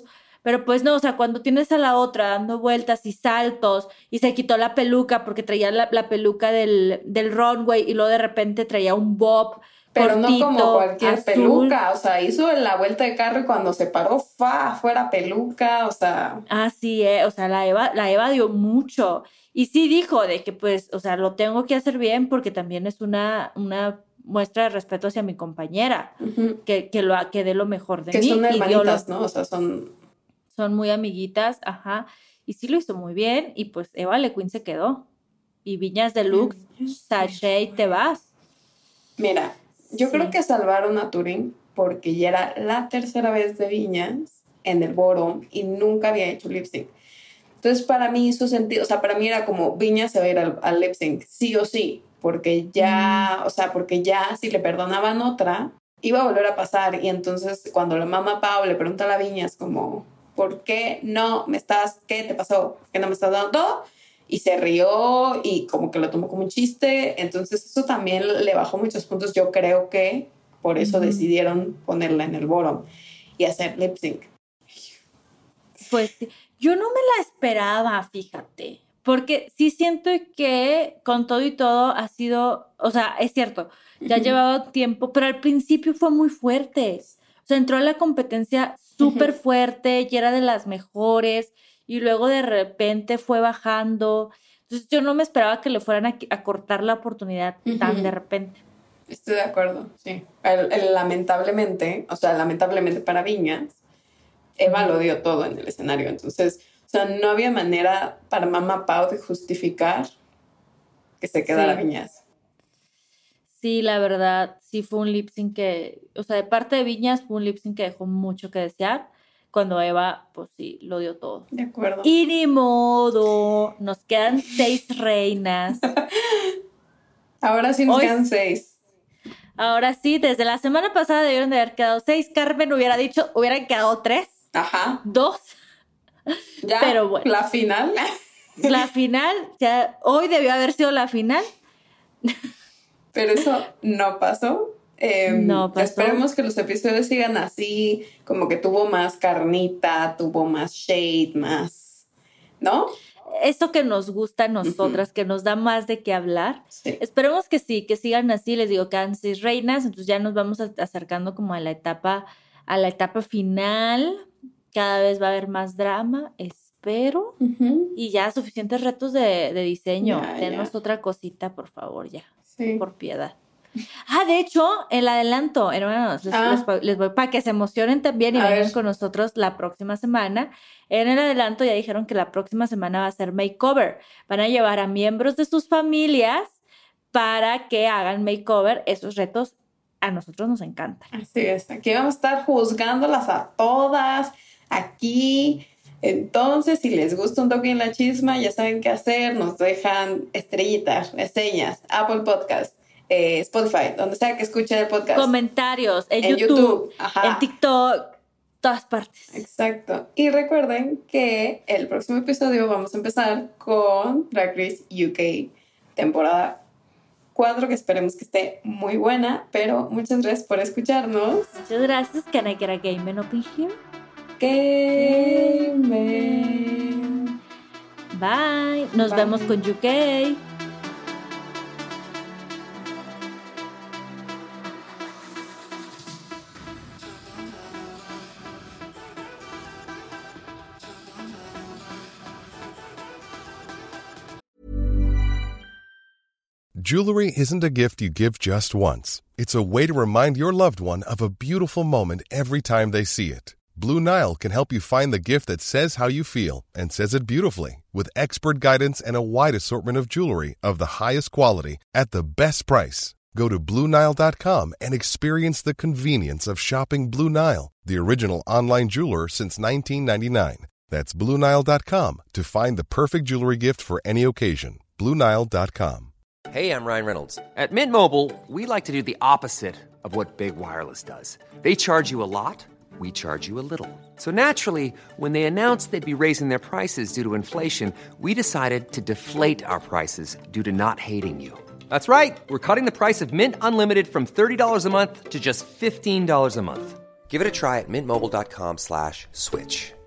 Pero pues no, o sea, cuando tienes a la otra dando vueltas y saltos y se quitó la peluca porque traía la, la peluca del, del runway y luego de repente traía un bob Pero cortito, no como cualquier azul. peluca, o sea, hizo la vuelta de carro y cuando se paró, fa, fuera peluca, o sea... Así es, o sea, la Eva, la Eva dio mucho. Y sí dijo de que pues, o sea, lo tengo que hacer bien porque también es una, una muestra de respeto hacia mi compañera, uh-huh. que, que, lo, que dé lo mejor de que mí. Que son hermanitas, lo, ¿no? O sea, son... Son muy amiguitas, ajá. Y sí lo hizo muy bien y pues Eva LeQueen se quedó. Y Viñas Deluxe, sashay, te vas. Mira, yo sí. creo que salvaron a Turín porque ya era la tercera vez de Viñas en el bottom y nunca había hecho lip sync. Entonces para mí hizo sentido, o sea, para mí era como Viñas se va a ir al, al lip sync, sí o sí, porque ya, mm. o sea, porque ya si le perdonaban otra, iba a volver a pasar. Y entonces cuando la mamá Pau le pregunta a la Viñas como, ¿por qué no me estás, qué te pasó? ¿Por qué no me estás dando todo? Y se rió y como que lo tomó como un chiste. Entonces eso también le bajó muchos puntos. Yo creo que por eso mm. decidieron ponerla en el bottom y hacer lip sync. Pues yo no me la esperaba, fíjate. Porque sí siento que con todo y todo ha sido, o sea, es cierto, ya ha uh-huh. llevado tiempo, pero al principio fue muy fuerte. O sea, entró a la competencia súper uh-huh. fuerte y era de las mejores y luego de repente fue bajando. Entonces yo no me esperaba que le fueran a, a cortar la oportunidad uh-huh. tan de repente. Estoy de acuerdo, sí. El, el, lamentablemente, o sea, lamentablemente para Viñas, Eva uh-huh. lo dio todo en el escenario. Entonces, o sea, no había manera para mamá Pau de justificar que se quedara sí. Viñas. Sí, la verdad, sí fue un lip sync que, o sea, de parte de Viñas fue un lip sync que dejó mucho que desear, cuando Eva, pues sí, lo dio todo. De acuerdo. Y ni modo, nos quedan seis reinas. Ahora sí nos Hoy, quedan seis. Ahora sí, desde la semana pasada debieron de haber quedado seis. Carmen hubiera dicho, hubieran quedado tres. Ajá. Dos. Ya, pero bueno. La final. La final, ya, hoy debió haber sido la final. Pero eso no pasó. Eh, no pasó. Esperemos que los episodios sigan así, como que tuvo más carnita, tuvo más shade, más, ¿no? Eso que nos gusta a nosotras, uh-huh. que nos da más de qué hablar. Sí. Esperemos que sí, que sigan así. Les digo, quedan seis reinas, entonces ya nos vamos acercando como a la etapa, a la etapa final. Cada vez va a haber más drama, espero. Uh-huh. Y ya suficientes retos de, de diseño. Ya, Denos ya. otra cosita, por favor, ya. Sí. Por piedad. Ah, de hecho, el adelanto, hermanos, les, ah. les, les voy para que se emocionen también y a vengan ver. con nosotros la próxima semana. En el adelanto ya dijeron que la próxima semana va a ser makeover. Van a llevar a miembros de sus familias para que hagan makeover. Esos retos a nosotros nos encantan. Así es, aquí vamos a estar juzgándolas a todas, aquí. Entonces, si les gusta un toque en la chisma, ya saben qué hacer. Nos dejan estrellitas, reseñas, Apple Podcast, eh, Spotify, donde sea que escuchen el podcast. Comentarios en, en YouTube, YouTube. en TikTok, todas partes. Exacto. Y recuerden que el próximo episodio vamos a empezar con Drag Race U K, temporada cuatro, que esperemos que esté muy buena. Pero muchas gracias por escucharnos. Muchas gracias. Can I get a game man up in here? Game. Bye. Nos Bye. vemos con U K. Jewelry isn't a gift you give just once. It's a way to remind your loved one of a beautiful moment every time they see it. Blue Nile can help you find the gift that says how you feel and says it beautifully, with expert guidance and a wide assortment of jewelry of the highest quality at the best price. Go to Blue Nile dot com and experience the convenience of shopping Blue Nile, the original online jeweler since nineteen ninety-nine. That's Blue Nile dot com to find the perfect jewelry gift for any occasion. Blue Nile dot com. Hey, I'm Ryan Reynolds. At Mint Mobile, we like to do the opposite of what Big Wireless does. They charge you a lot. We charge you a little. So naturally, when they announced they'd be raising their prices due to inflation, we decided to deflate our prices due to not hating you. That's right. We're cutting the price of Mint Unlimited from thirty dollars a month to just fifteen dollars a month. Give it a try at mintmobile.com slash switch.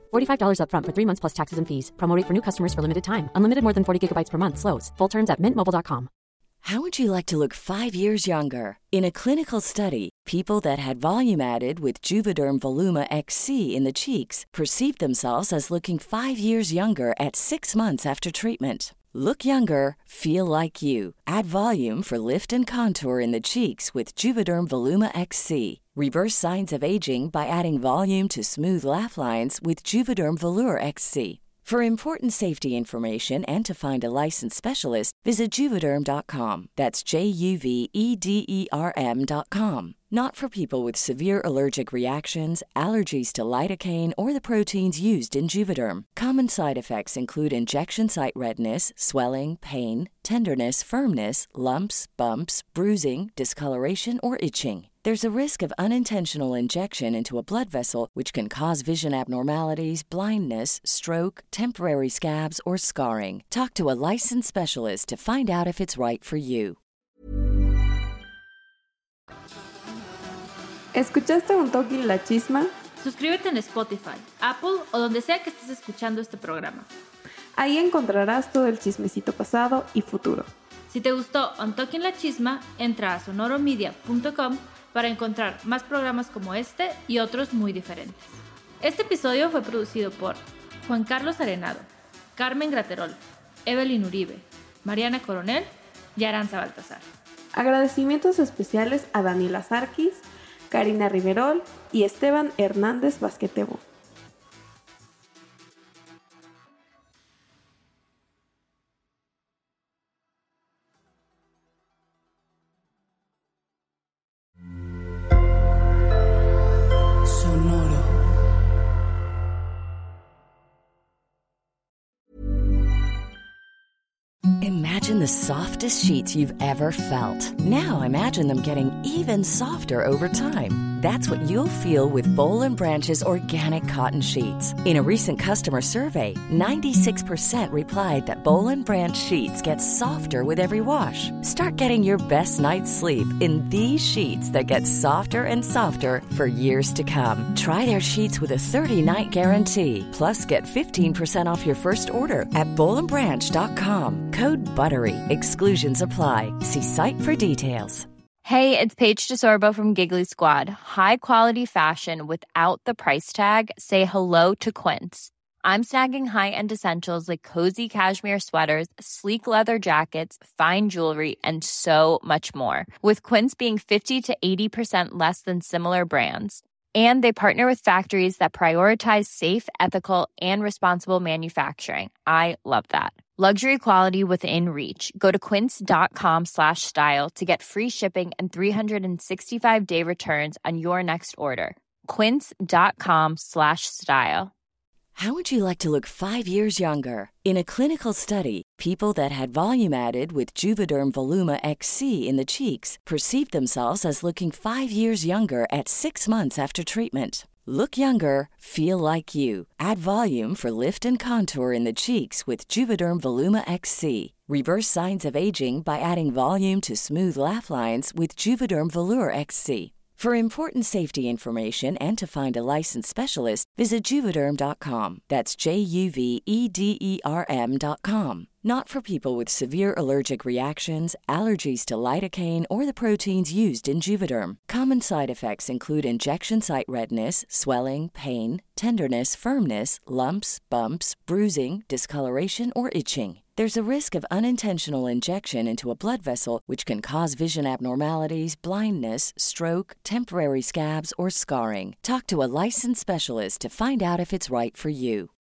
forty-five dollars up front for three months plus taxes and fees. Promo rate for new customers for limited time. Unlimited more than forty gigabytes per month slows. Full terms at mint mobile dot com. How would you like to look five years younger? In a clinical study, people that had volume added with Juvederm Voluma X C in the cheeks perceived themselves as looking five years younger at six months after treatment. Look younger, feel like you. Add volume for lift and contour in the cheeks with Juvederm Voluma X C. Reverse signs of aging by adding volume to smooth laugh lines with Juvederm Volure X C. For important safety information and to find a licensed specialist, visit Juvederm dot com. That's J U V E D E R M dot com. Not for people with severe allergic reactions, allergies to lidocaine, or the proteins used in Juvederm. Common side effects include injection site redness, swelling, pain, tenderness, firmness, lumps, bumps, bruising, discoloration, or itching. There's a risk of unintentional injection into a blood vessel, which can cause vision abnormalities, blindness, stroke, temporary scabs, or scarring. Talk to a licensed specialist to find out if it's right for you. ¿Escuchaste un toque la chisma? Suscríbete en Spotify, Apple o donde sea que estés escuchando este programa. Ahí encontrarás todo el chismecito pasado y futuro. Si te gustó Untalking la Chisma, entra a sonoromedia punto com para encontrar más programas como este y otros muy diferentes. Este episodio fue producido por Juan Carlos Arenado, Carmen Graterol, Evelyn Uribe, Mariana Coronel y Aranza Baltasar. Agradecimientos especiales a Daniela Sarkis, Karina Riverol y Esteban Hernández Basquetebo. Imagine the softest sheets you've ever felt. Now imagine them getting even softer over time. That's what you'll feel with Boll and Branch's organic cotton sheets. In a recent customer survey, ninety-six percent replied that Boll and Branch sheets get softer with every wash. Start getting your best night's sleep in these sheets that get softer and softer for years to come. Try their sheets with a thirty-night guarantee. Plus, get fifteen percent off your first order at boll and branch dot com. Code BUTTERY. Exclusions apply. See site for details. Hey, it's Paige DeSorbo from Giggly Squad. High quality fashion without the price tag. Say hello to Quince. I'm snagging high-end essentials like cozy cashmere sweaters, sleek leather jackets, fine jewelry, and so much more. With Quince being fifty to eighty percent less than similar brands. And they partner with factories that prioritize safe, ethical, and responsible manufacturing. I love that. Luxury quality within reach. Go to quince.com slash style to get free shipping and three sixty-five day returns on your next order. Quince.com slash style. How would you like to look five years younger? In a clinical study, people that had volume added with Juvederm Voluma X C in the cheeks perceived themselves as looking five years younger at six months after treatment. Look younger, feel like you. Add volume for lift and contour in the cheeks with Juvederm Voluma X C. Reverse signs of aging by adding volume to smooth laugh lines with Juvederm Volure X C. For important safety information and to find a licensed specialist, visit Juvederm dot com. That's J U V E D E R M dot com. Not for people with severe allergic reactions, allergies to lidocaine, or the proteins used in Juvederm. Common side effects include injection site redness, swelling, pain, tenderness, firmness, lumps, bumps, bruising, discoloration, or itching. There's a risk of unintentional injection into a blood vessel, which can cause vision abnormalities, blindness, stroke, temporary scabs, or scarring. Talk to a licensed specialist to find out if it's right for you.